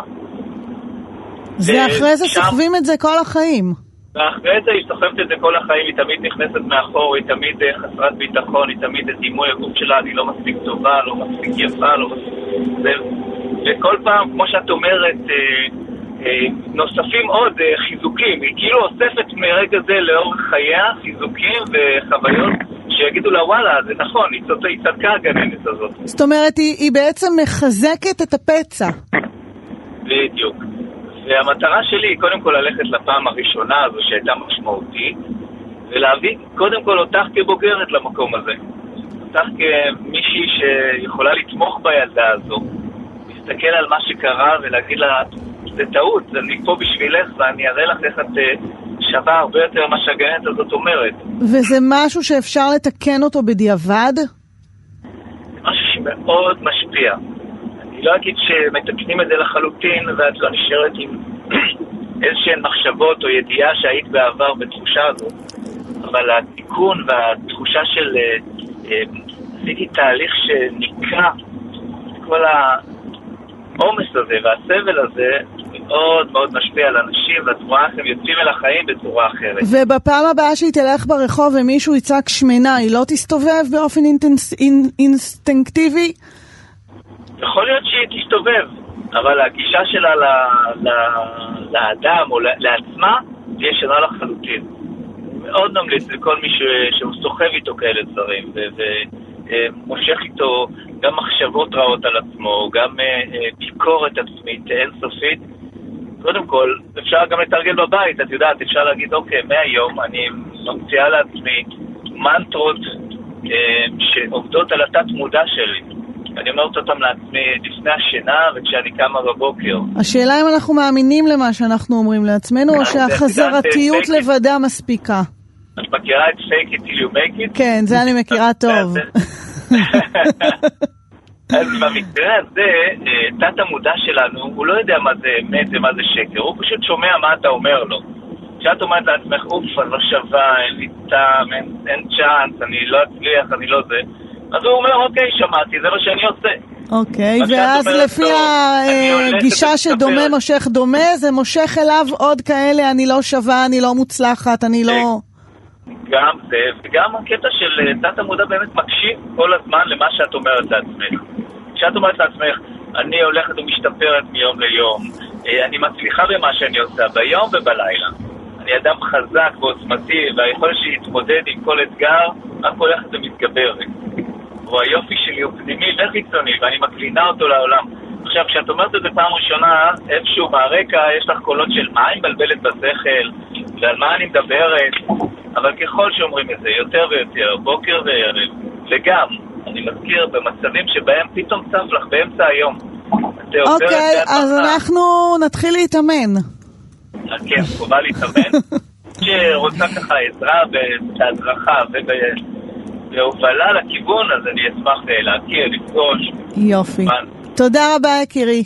זה אחרי זה סוחבים את זה כל החיים. ואחרי זה היא סוחבת את זה כל החיים, היא תמיד נכנסת מאחור, היא תמיד חסרת ביטחון, היא תמיד דימוי הגוף שלה, אני לא מספיק טובה, לא מספיק יפה, לא מספיק... וכל פעם, כמו שאת אומרת, נוספים עוד חיזוקים, היא כאילו אוספת מרגע זה לאורך חייה, חיזוקים וחוויות שיגידו לה, וואלה, זה נכון, היא צדקה הגננת הזאת. זאת אומרת, היא בעצם מחזקת את הפצע. בדיוק. והמטרה שלי היא קודם כל ללכת לפעם הראשונה הזו שהייתה משמעותית, ולהביא קודם כל אותך כבוגרת למקום הזה. אותך כמישהי שיכולה לתמוך בילדה הזו, להסתכל על מה שקרה ולהגיד לה, זה טעות, אני פה בשבילך ואני אראה לך איך את שווה הרבה יותר מה שהגננת הזאת אומרת. וזה משהו שאפשר לתקן אותו בדיעבד? זה משהו שמאוד משפיע. אני לא אגיד שמתקנים את זה לחלוטין ואת לא נשארת עם איזשהן מחשבות או ידיעה שהיית בעבר בתחושה הזו, אבל התיקון והתחושה של עשיתי תהליך שנקרא כל העומס הזה והסבל הזה מאוד מאוד משפיע על אנשים, ואת רואה איך הם יוצאים אל החיים בצורה אחרת. ובפעם הבאה שהיא תלך ברחוב ומישהו יצעק שמנה, היא לא תסתובב באופן אינסטינקטיבי? יכול להיות שהיא תסתובב, אבל הגישה שלה לאדם או לעצמה תהיה שונה לחלוטין. מאוד נמליץ לכל מי שהוא סוחב איתו כאלה דברים ומושך איתו גם מחשבות רעות על עצמו, גם ביקורת עצמית אינסופית. קודם כל, אפשר גם לתרגל בבית, את יודעת, אפשר להגיד, אוקיי, מהיום אני ממציאה לעצמי מנטרות שעובדות על התת מודע שלי. אני אומרת אותם לעצמי לפני השינה וכשאני קמה בבוקר. השאלה אם אנחנו מאמינים למה שאנחנו אומרים לעצמנו, או שהחזרתיות לבדה מספיקה. את מכירה את fake it till you make it? כן, זה אני מכירה טוב. אז במקרה הזה, תת המודע שלנו, הוא לא יודע מה זה אמת ומה זה שקר, הוא פשוט שומע מה אתה אומר לו. כשאת אומרת לעצמך, אוף, אני לא שווה, אין לי טעם, אין צ'אנס, אני לא אצליח, אני לא זה, אז הוא אומר, אוקיי, שמעתי, זה מה שאני עושה. אוקיי, ואז לפי הגישה שדומה מושך דומה, זה מושך אליו עוד כאלה, אני לא שווה, אני לא מוצלחת, אני לא... גם זה, וגם הקטע של תת המודע באמת מקשיב כל הזמן למה שאת אומרת לעצמך. כשאת אומרת לעצמך, אני הולכת ומשתפרת מיום ליום, אני מצליחה במה שאני עושה, ביום ובלילה. אני אדם חזק ועוצמתי, והיכולת שלי להתמודד עם כל אתגר, רק הולכת ומתגברת. והיופי שלי הוא פנימי וחיצוני, ואני מקלינה אותו לעולם. עכשיו, כשאת אומרת את זה פעם ראשונה, איפשהו מהרקע יש לך קולות של מה אני מבלבלת בשכל, ועל מה אני מדברת, אבל ככל שאומרים את זה יותר ויותר, בוקר וערב, וגם, אני מזכיר, במצבים שבהם פתאום צף לך באמצע היום. אוקיי, אז אנחנו נתחיל להתאמן. כן, חובה להתאמן. שרוצה ככה עזרה בהדרכה ובהובלה לכיוון, אז אני אשמח להכיר, לפגוש. יופי. תודה רבה, יקירי.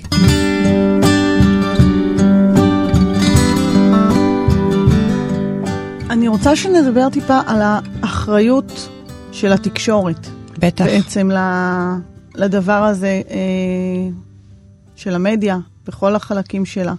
אני רוצה שנדבר טיפה על האחריות של התקשורת. בטח. בעצם לדבר הזה של המדיה, בכל החלקים שלה.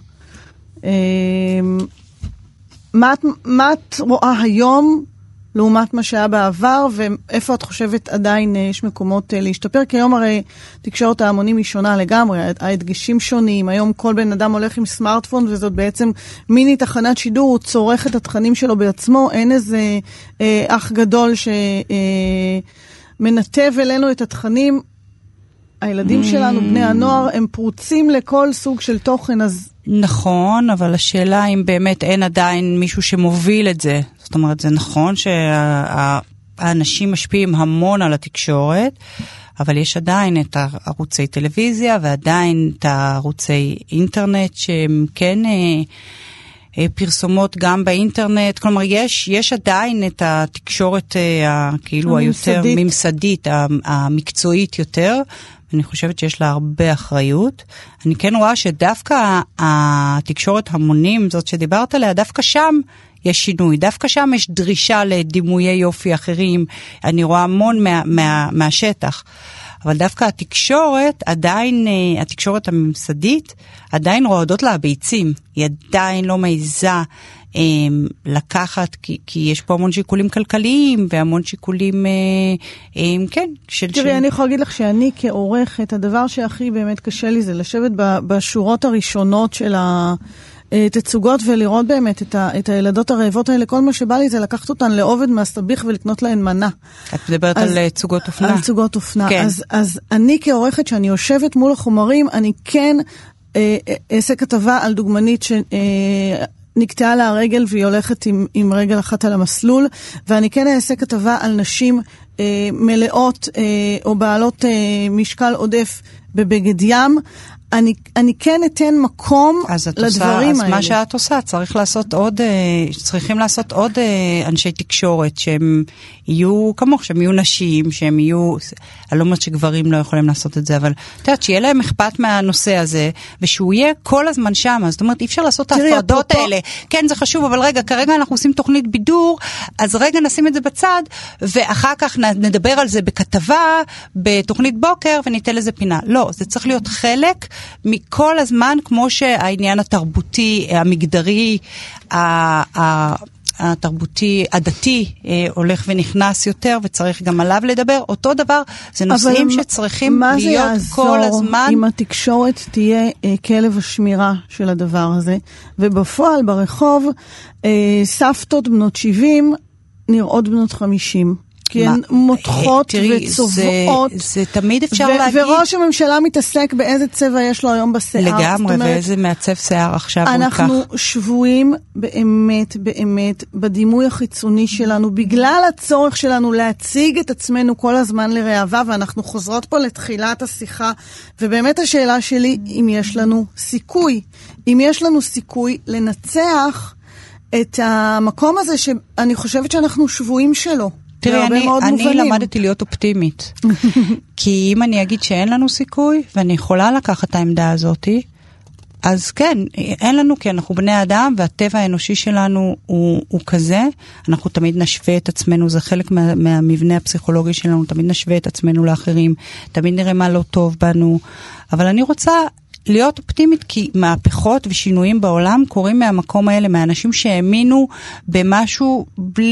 מה את רואה היום לעומת מה שהיה בעבר, ואיפה את חושבת עדיין יש מקומות להשתפר? כי היום הרי תקשורת ההמונים היא שונה לגמרי, ההדגשים שונים, היום כל בן אדם הולך עם סמארטפון, וזאת בעצם מיני תחנת שידור, הוא צורך את התכנים שלו בעצמו, אין איזה אח גדול שמנתב אלינו את התכנים. הילדים שלנו, בני הנוער, הם פרוצים לכל סוג של תוכן, אז... נכון, אבל השאלה אם באמת אין עדיין מישהו שמוביל את זה. זאת אומרת, זה נכון שהאנשים משפיעים המון על התקשורת, אבל יש עדיין את ערוצי טלוויזיה, ועדיין את הערוצי אינטרנט, שהם כן פרסומות גם באינטרנט. כלומר, יש עדיין את התקשורת כאילו היותר ממסדית, המקצועית יותר, אני חושבת שיש לה הרבה אחריות. אני כן רואה שדווקא התקשורת המונים, זאת שדיברת עליה, דווקא שם יש שינוי. דווקא שם יש דרישה לדימויי יופי אחרים. אני רואה המון מהשטח. אבל דווקא התקשורת, עדיין, התקשורת הממסדית, עדיין רועדות לה הביצים. היא עדיין לא מעיזה לקחת, כי יש פה המון שיקולים כלכליים, והמון שיקולים, כן. תראי, אני יכולה להגיד לך שאני כעורכת, הדבר שהכי באמת קשה לי זה לשבת בשורות הראשונות של התצוגות, ולראות באמת את הילדות הרעבות האלה. כל מה שבא לי זה לקחת אותן לעובד מהסביך ולקנות להן מנה. את מדברת על צוגות אופנה. על צוגות אופנה. כן. אז אני כעורכת, שאני יושבת מול החומרים, אני כן אעשה כתבה על דוגמנית נקטעה לה הרגל והיא הולכת עם רגל אחת על המסלול, ואני כן אעשה כתבה על נשים מלאות או בעלות משקל עודף בבגד ים. אני כן אתן מקום לדברים האלה. אז מה שאת עושה, צריכים לעשות עוד אנשי תקשורת, שהם יהיו כמוך, שהם יהיו נשים, שהם יהיו, אני לא אומרת שגברים לא יכולים לעשות את זה, אבל את יודעת, שיהיה להם אכפת מהנושא הזה, ושהוא יהיה כל הזמן שם, אז זאת אומרת, אי אפשר לעשות את ההפרדות האלה. כן, זה חשוב, אבל רגע, כרגע אנחנו עושים תוכנית בידור, אז רגע נשים את זה בצד, ואחר כך נדבר על זה בכתבה, בתוכנית בוקר, וניתן לזה פינה. לא, זה צריך להיות חלק מכל הזמן, כמו שהעניין התרבותי, המגדרי, התרבותי, הדתי, הולך ונכנס יותר, וצריך גם עליו לדבר. אותו דבר, זה נושאים שצריכים להיות כל הזמן. מה זה יעזור אם התקשורת תהיה כלב השמירה של הדבר הזה, ובפועל ברחוב, סבתות בנות 70 נראות בנות 50. כי הן מותחות וצובעות. זה תמיד אפשר להגיד. וראש הממשלה מתעסק באיזה צבע יש לו היום בשיער. לגמרי, ואיזה מעצב שיער עכשיו הוא כך. אנחנו שבויים באמת, באמת, בדימוי החיצוני שלנו, בגלל הצורך שלנו להציג את עצמנו כל הזמן לרעבה, ואנחנו חוזרות פה לתחילת השיחה, ובאמת השאלה שלי, אם יש לנו סיכוי. אם יש לנו סיכוי לנצח את המקום הזה שאני חושבת שאנחנו שבויים שלו. תראי, אני למדתי להיות אופטימית. כי אם אני אגיד שאין לנו סיכוי, ואני יכולה לקחת את העמדה הזאת, אז כן, אין לנו, כי אנחנו בני אדם, והטבע האנושי שלנו הוא כזה. אנחנו תמיד נשווה את עצמנו, זה חלק מהמבנה הפסיכולוגי שלנו, תמיד נשווה את עצמנו לאחרים, תמיד נראה מה לא טוב בנו. אבל אני רוצה להיות אופטימית, כי מהפכות ושינויים בעולם קורים מהמקום האלה, מהאנשים שהאמינו במשהו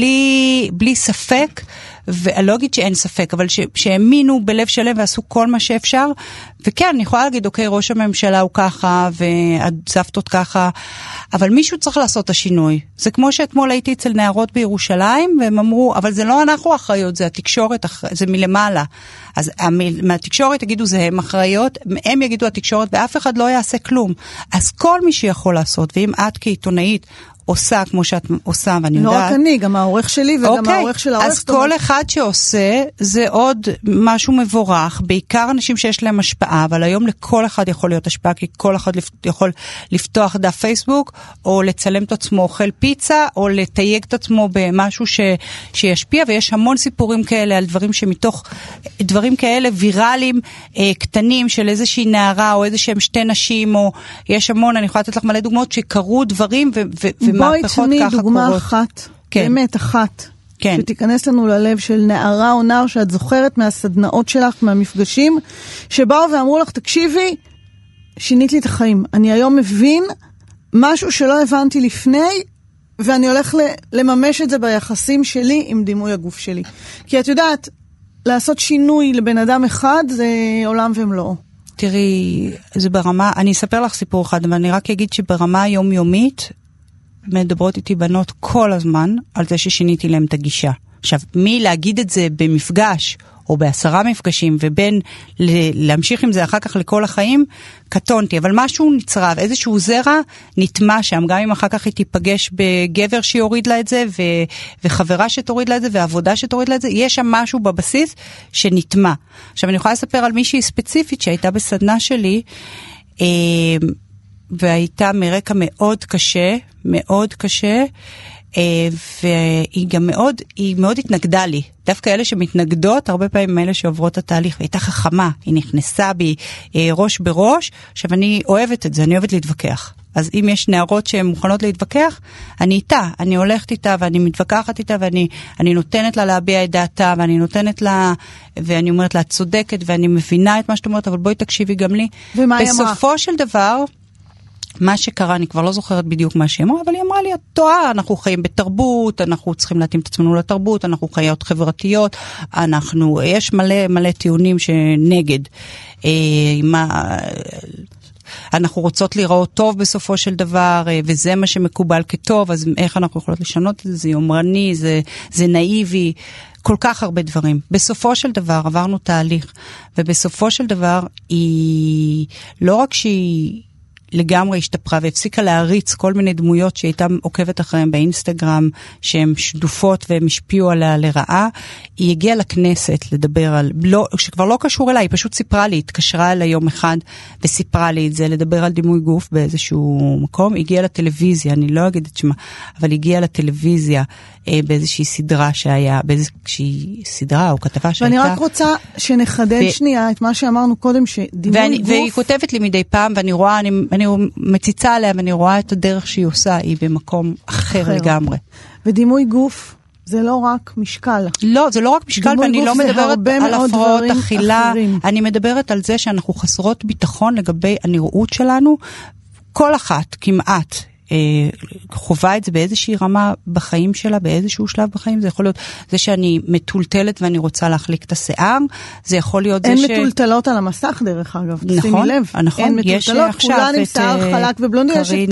בלי ספק, ואני לא אגיד שאין ספק, אבל שהאמינו בלב שלם ועשו כל מה שאפשר, וכן, אני יכולה להגיד, אוקיי, ראש הממשלה הוא ככה, והסבתות ככה, אבל מישהו צריך לעשות את השינוי. זה כמו שאתמול הייתי אצל נערות בירושלים, והם אמרו, אבל זה לא אנחנו אחריות, זה התקשורת, זה מלמעלה. אז מהתקשורת יגידו, זה הם אחריות, הם יגידו התקשורת, ואף אחד לא יעשה כלום. אז כל מי שיכול לעשות, ואם את כעיתונאית, עושה כמו שאת עושה, ואני יודעת... לא רק אני, גם העורך שלי וגם העורך של העורך. אז כל אחד שעושה, זה עוד משהו מבורך, בעיקר אנשים שיש להם השפעה, אבל היום לכל אחד יכול להיות השפעה, כי כל אחד יכול לפתוח דף פייסבוק, או לצלם את עצמו אוכל פיצה, או לתייג את עצמו במשהו שישפיע, ויש המון סיפורים כאלה על דברים שמתוך דברים כאלה ויראליים קטנים של איזושהי נערה, או איזשהם שתי נשים, או יש המון, אני יכולה לתת לך מלא דוגמאות, שקרו דברים בואי תשני דוגמה אחת, באמת אחת, שתיכנס לנו ללב של נערה או נער שאת זוכרת מהסדנאות שלך, מהמפגשים, שבאו ואמרו לך, תקשיבי, שינית לי את החיים. אני היום מבין משהו שלא הבנתי לפני, ואני הולך לממש את זה ביחסים שלי עם דימוי הגוף שלי. כי את יודעת, לעשות שינוי לבן אדם אחד זה עולם ומלואו. תראי, זה ברמה, אני אספר לך סיפור אחד, אבל אני רק אגיד שברמה היומיומית, מדברות איתי בנות כל הזמן על זה ששיניתי להם את הגישה. עכשיו, מי להגיד את זה במפגש או ב10 מפגשים, ובין להמשיך עם זה אחר כך לכל החיים, קטונתי. אבל משהו נצרב, איזשהו זרע נטמע שם, גם אם אחר כך היא תיפגש בגבר שיוריד לה את זה, וחברה שתוריד לה את זה, ועבודה שתוריד לה את זה, יש שם משהו בבסיס שנטמע. עכשיו, אני יכולה לספר על מישהי ספציפית שהייתה בסדנה שלי, והייתה מרקע מאוד קשה, מאוד קשה, והיא גם מאוד התנגדה לי. דווקא אלה שמתנגדות, הרבה פעמים אלה שעוברות את התהליך, והיא הייתה חכמה, היא נכנסה בי ראש בראש. עכשיו אני אוהבת את זה, אני אוהבת להתווכח. אז אם יש נערות שהן מוכנות להתווכח, אני איתה, אני הולכת איתה, ואני מתווכחת איתה, ואני נותנת לה להביע את דעתה, ואני נותנת לה, ואני אומרת לה, את צודקת, ואני מבינה את מה שאת אומרת, אבל בואי תקשיבי גם לי. ומה היא אמרה? בסופו של דבר, מה שקרה, אני כבר לא זוכרת בדיוק מה שהיא אמרה, אבל היא אמרה לי, את טועה, אנחנו חיים בתרבות, אנחנו צריכים להתאים את עצמנו לתרבות, אנחנו חיות חברתיות, יש מלא טיעונים שנגד, אנחנו רוצות לראות טוב בסופו של דבר, וזה מה שמקובל כטוב, אז איך אנחנו יכולות לשנות את זה? זה יומרני, זה נאיבי, כל כך הרבה דברים. בסופו של דבר עברנו תהליך, ובסופו של דבר היא לא רק שהיא לגמרי השתפרה והפסיקה להריץ כל מיני דמויות שהייתה עוקבת אחריהם באינסטגרם, שהן שדופות והם השפיעו עליה לרעה. היא הגיעה לכנסת לדבר על, שכבר לא קשור אליי, היא פשוט סיפרה לי, התקשרה אליי יום אחד וסיפרה לי את זה, לדבר על דימוי גוף באיזשהו מקום. היא הגיעה לטלוויזיה, אני לא אגיד את שמה, אבל היא הגיעה לטלוויזיה באיזושהי סדרה שהיה, באיזושהי סדרה או כתבה שהייתה. ואני רק רוצה שנחדד שנייה את מה שאמרנו קודם, שדימוי גוף... והיא כותבת לי מדי פעם, ואני רואה, אני מציצה עליה, ואני רואה את הדרך שהיא עושה, היא במקום אחר לגמרי. ודימוי גוף זה לא רק משקל. לא, זה לא רק משקל, ואני לא מדברת על הפרעות אכילה, אני מדברת על זה שאנחנו חסרות ביטחון לגבי הנראות שלנו, כל אחת, כמעט, חובה את זה באיזושהי רמה בחיים שלה, באיזשהו שלב בחיים, זה יכול להיות זה שאני מטולטלת ואני רוצה להחליק את השיער, זה יכול להיות זה אין מטולטלות על המסך דרך אגב, שימי לב. נכון, אין מטולטלות, כולן עם שיער חלק ובלונדי, יש את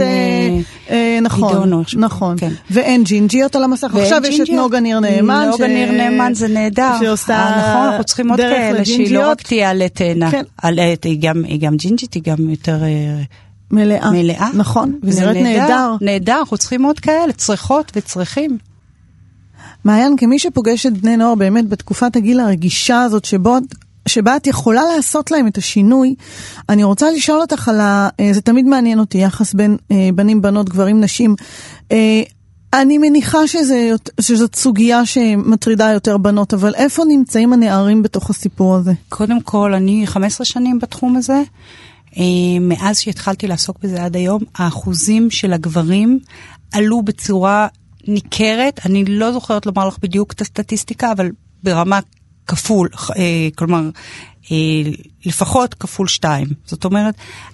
נכון, ואין ג'ינג'יות על המסך, עכשיו יש את נוגה ניר נאמן, נוגה ניר נאמן זה נהדר, נכון, אנחנו צריכים עוד כאלה שהיא לא רק תהיה עלי תאנה, היא גם ג'ינג'ית, היא גם יותר מלאה, נכון, ונראית נהדר. נהדר, אנחנו צריכים עוד כאלה, צריכות וצריכים. מעיין, כמי שפוגשת בני נוער באמת בתקופת הגיל הרגישה הזאת, שבה את יכולה לעשות להם את השינוי, אני רוצה לשאול אותך על זה תמיד מעניין אותי, יחס בין בנים, בנות, גברים, נשים. אני מניחה שזאת סוגיה שמטרידה יותר בנות, אבל איפה נמצאים הנערים בתוך הסיפור הזה? קודם כל, אני 15 שנים בתחום הזה, מאז שהתחלתי לעסוק בזה עד היום, האחוזים של הגברים עלו בצורה ניכרת. אני לא זוכרת לומר לך בדיוק את הסטטיסטיקה, אבל ברמה כפול, כלומר, לפחות כפול 2. זאת אומרת,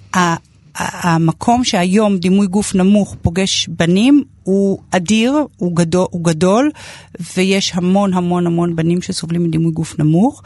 המקום שהיום דימוי גוף נמוך פוגש בנים הוא אדיר, הוא גדול, ויש המון המון המון בנים שסובלים מדימוי גוף נמוך.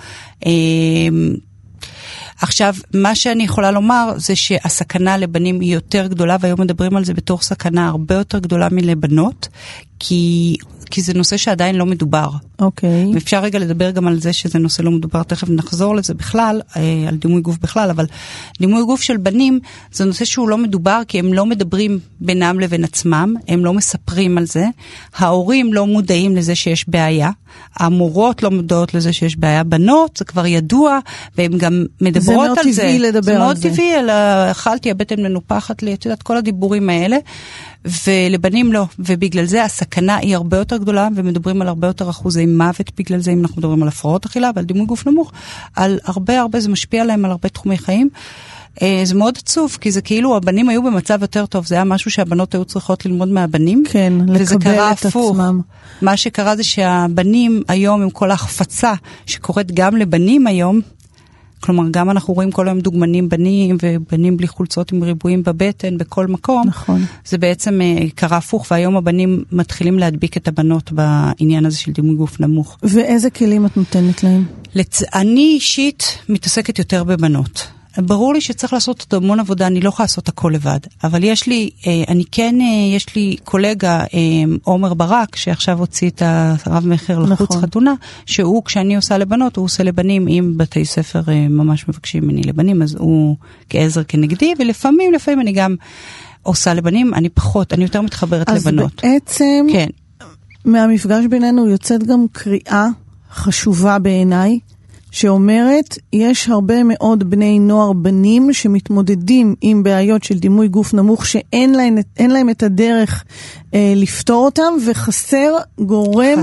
עכשיו, מה שאני יכולה לומר זה שהסכנה לבנים היא יותר גדולה, והיום מדברים על זה בתור סכנה הרבה יותר גדולה מלבנות, כי זה נושא שעדיין לא מדובר. אוקיי. ואפשר רגע לדבר גם על זה שזה נושא לא מדובר, תכף נחזור לזה בכלל, על דימוי גוף בכלל, אבל דימוי גוף של בנים זה נושא שהוא לא מדובר, כי הם לא מדברים בינם לבין עצמם, הם לא מספרים על זה, ההורים לא מודעים לזה שיש בעיה, המורות לא מודעות לזה שיש בעיה, בנות זה כבר ידוע, והם גם מדברות על זה. זה מאוד טבעי לדבר על זה. זה מאוד טבעי, אכלתי, הבטן מנופחת לי, את יודעת, כל הדיבורים האלה, ולבנים לא, ובגלל זה הסכנה היא הרבה יותר גדולה, ומדברים על הרבה יותר אחוזי מוות בגלל זה, אם אנחנו מדברים על הפרעות אכילה ועל דימוי גוף נמוך, על הרבה, זה משפיע עליהם על הרבה תחומי חיים. זה מאוד עצוב, כי זה כאילו הבנים היו במצב יותר טוב, זה היה משהו שהבנות היו צריכות ללמוד מהבנים, כן, לקבל את עצמם. מה שקרה זה שהבנים היום, עם כל ההחפצה שקורית גם לבנים היום, כלומר, גם אנחנו רואים כל היום דוגמנים בנים, ובנים בלי חולצות עם ריבועים בבטן, בכל מקום. נכון. זה בעצם קרה הפוך, והיום הבנים מתחילים להדביק את הבנות בעניין הזה של דימוי גוף נמוך. ואיזה כלים את נותנת להם? אני אישית מתעסקת יותר בבנות. ברור לי שצריך לעשות את המון עבודה, אני לא יכולה לעשות הכל לבד, אבל יש לי קולגה, עומר ברק, שעכשיו הוציא את הרב מחר לחוץ חתונה, שהוא כשאני עושה לבנות, הוא עושה לבנים, אם בתי ספר ממש מבקשים ממני לבנים, אז הוא כעזר כנגדי, ולפעמים אני גם עושה לבנים, אני יותר מתחברת לבנות. אז בעצם, כן. מהמפגש בינינו יוצאת גם קריאה חשובה בעיניי, שאומרת, יש הרבה מאוד בני נוער בנים שמתמודדים עם בעיות של דימוי גוף נמוך, שאין להם את הדרך לפתור אותם, וחסר גורם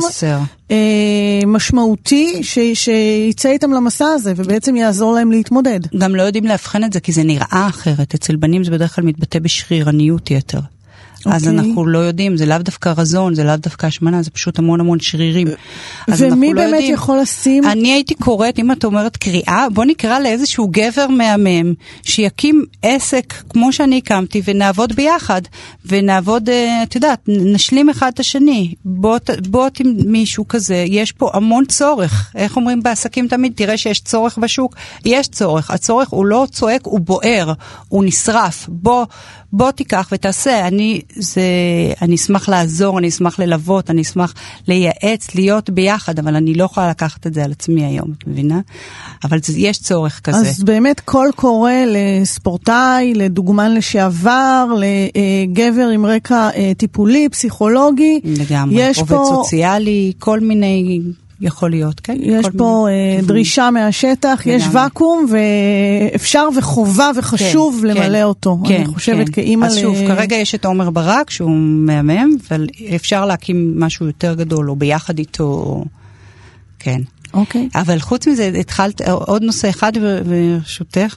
משמעותי שיצא איתם למסע הזה, ובעצם יעזור להם להתמודד. גם לא יודעים להבחן את זה, כי זה נראה אחרת. אצל בנים זה בדרך כלל מתבטא בשרירניות יתר. אז אנחנו לא יודעים, זה לאו דווקא רזון, זה לאו דווקא השמנה, זה פשוט המון המון שרירים. ומי באמת יכול לשים? אני הייתי קוראת, אם את אומרת קריאה, בוא נקרא לאיזשהו גבר מהמם, שיקים עסק כמו שאני הקמתי, ונעבוד ביחד, ונעבוד, את יודעת, נשלים אחד את השני. בוא עם מישהו כזה, יש פה המון צורך. איך אומרים בעסקים תמיד? תראה שיש צורך בשוק. יש צורך. הצורך הוא לא צועק, הוא בוער, הוא נשרף. בוא תיקח ותעשה. אני אשמח לעזור, אני אשמח ללוות, אני אשמח לייעץ, להיות ביחד, אבל אני לא יכולה לקחת את זה על עצמי היום, את מבינה? אבל יש צורך כזה. אז באמת כל קורא לספורטאי, לדוגמן לשעבר, לגבר עם רקע טיפולי, פסיכולוגי. לגמרי, עובד סוציאלי, כל מיני... יכול להיות, כן? יש פה דרישה מהשטח, יש וקום, ואפשר וחובה וחשוב למלא אותו. אני חושבת כאימא... אז שוב, כרגע יש את עומר ברק, שהוא מהמם, אבל אפשר להקים משהו יותר גדול, או ביחד איתו, כן. אוקיי. אבל חוץ מזה, התחלת עוד נושא אחד ברשותך,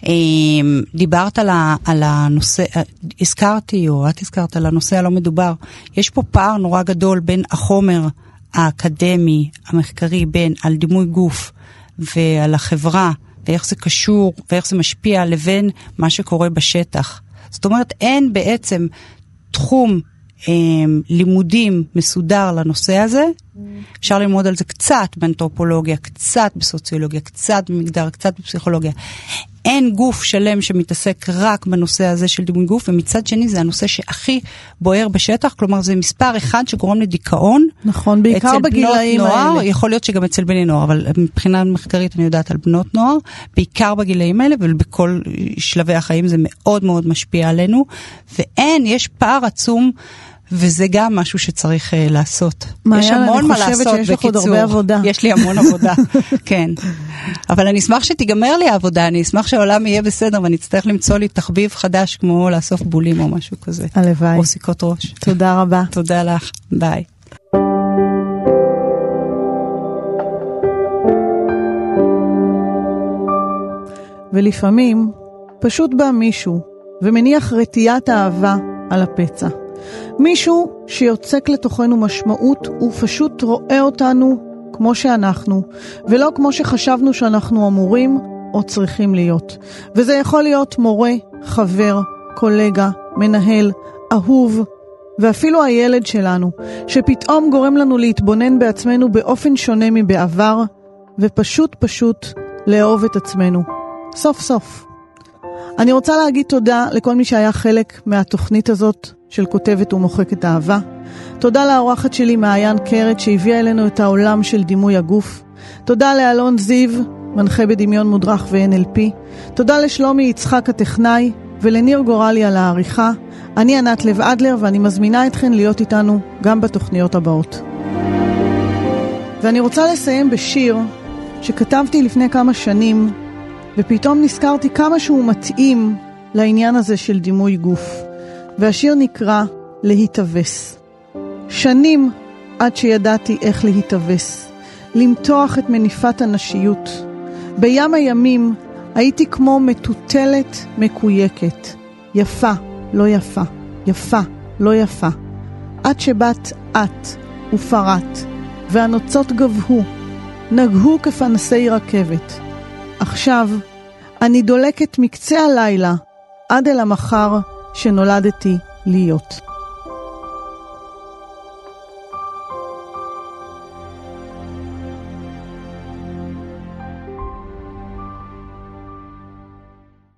דיברת על הנושא, הזכרתי, או את הזכרת על הנושא הלא מדובר, יש פה פער נורא גדול בין החומר האקדמי, המחקרי, בין על דימוי גוף ועל החברה, ואיך זה קשור ואיך זה משפיע, לבין מה שקורה בשטח. זאת אומרת, אין בעצם תחום לימודים מסודר לנושא הזה. אפשר ללמוד על זה קצת באנתרופולוגיה, קצת בסוציולוגיה, קצת במגדר, קצת בפסיכולוגיה. אין גוף שלם שמתעסק רק בנושא הזה של דימוי גוף, ומצד שני זה הנושא שהכי בוער בשטח, כלומר זה מספר אחד שגורם לדיכאון. נכון, בעיקר בגילאים האלה. יכול להיות שגם אצל בני נוער, אבל מבחינה מחקרית אני יודעת על בנות נוער, בעיקר בגילאים האלה, ובכל שלבי החיים זה מאוד מאוד משפיע עלינו, יש פער עצום, וזה גם משהו שצריך לעשות. יש המון מה לעשות, שיש לך עוד הרבה עבודה. יש לי המון עבודה, כן. אבל אני אשמח שתיגמר לי העבודה, אני אשמח שהעולם יהיה בסדר, ואני אצטרך למצוא לי תחביב חדש, כמו לאסוף בולים או משהו כזה. הלוואי. או סיכות ראש. תודה רבה. תודה לך, ביי. ולפעמים פשוט בא מישהו ומניח רטיית אהבה על הפצע. מישהו שיוצק לתוכנו משמעות ופשוט רואה אותנו כמו שאנחנו, ולא כמו שחשבנו שאנחנו אמורים או צריכים להיות. וזה יכול להיות מורה, חבר, קולגה, מנהל, אהוב, ואפילו הילד שלנו, שפתאום גורם לנו להתבונן בעצמנו באופן שונה מבעבר, ופשוט לאהוב את עצמנו. סוף סוף. אני רוצה להגיד תודה לכל מי שהיה חלק מהתוכנית הזאת של כותבת ומוחקת אהבה. תודה לאורחת שלי מעיין קרת שהביאה אלינו את העולם של דימוי הגוף. תודה לאלון זיו, מנחה בדמיון מודרך ו-NLP. תודה לשלומי יצחק הטכנאי ולניר גורלי על העריכה. אני ענת לב אדלר ואני מזמינה אתכן להיות איתנו גם בתוכניות הבאות. ואני רוצה לסיים בשיר שכתבתי לפני כמה שנים, ופתאום נזכרתי כמה שהוא מתאים לעניין הזה של דימוי גוף. והשיר נקרא להתאבס. שנים עד שידעתי איך להתאבס, למתוח את מניפת הנשיות. בים הימים הייתי כמו מטוטלת מקויקת, יפה, לא יפה, יפה, לא יפה. עד שבאת את ופרט, והנוצות גבהו, נגהו כפנסי רכבת. עכשיו אני דולקת מקצה הלילה עד אל המחר שנולדתי להיות.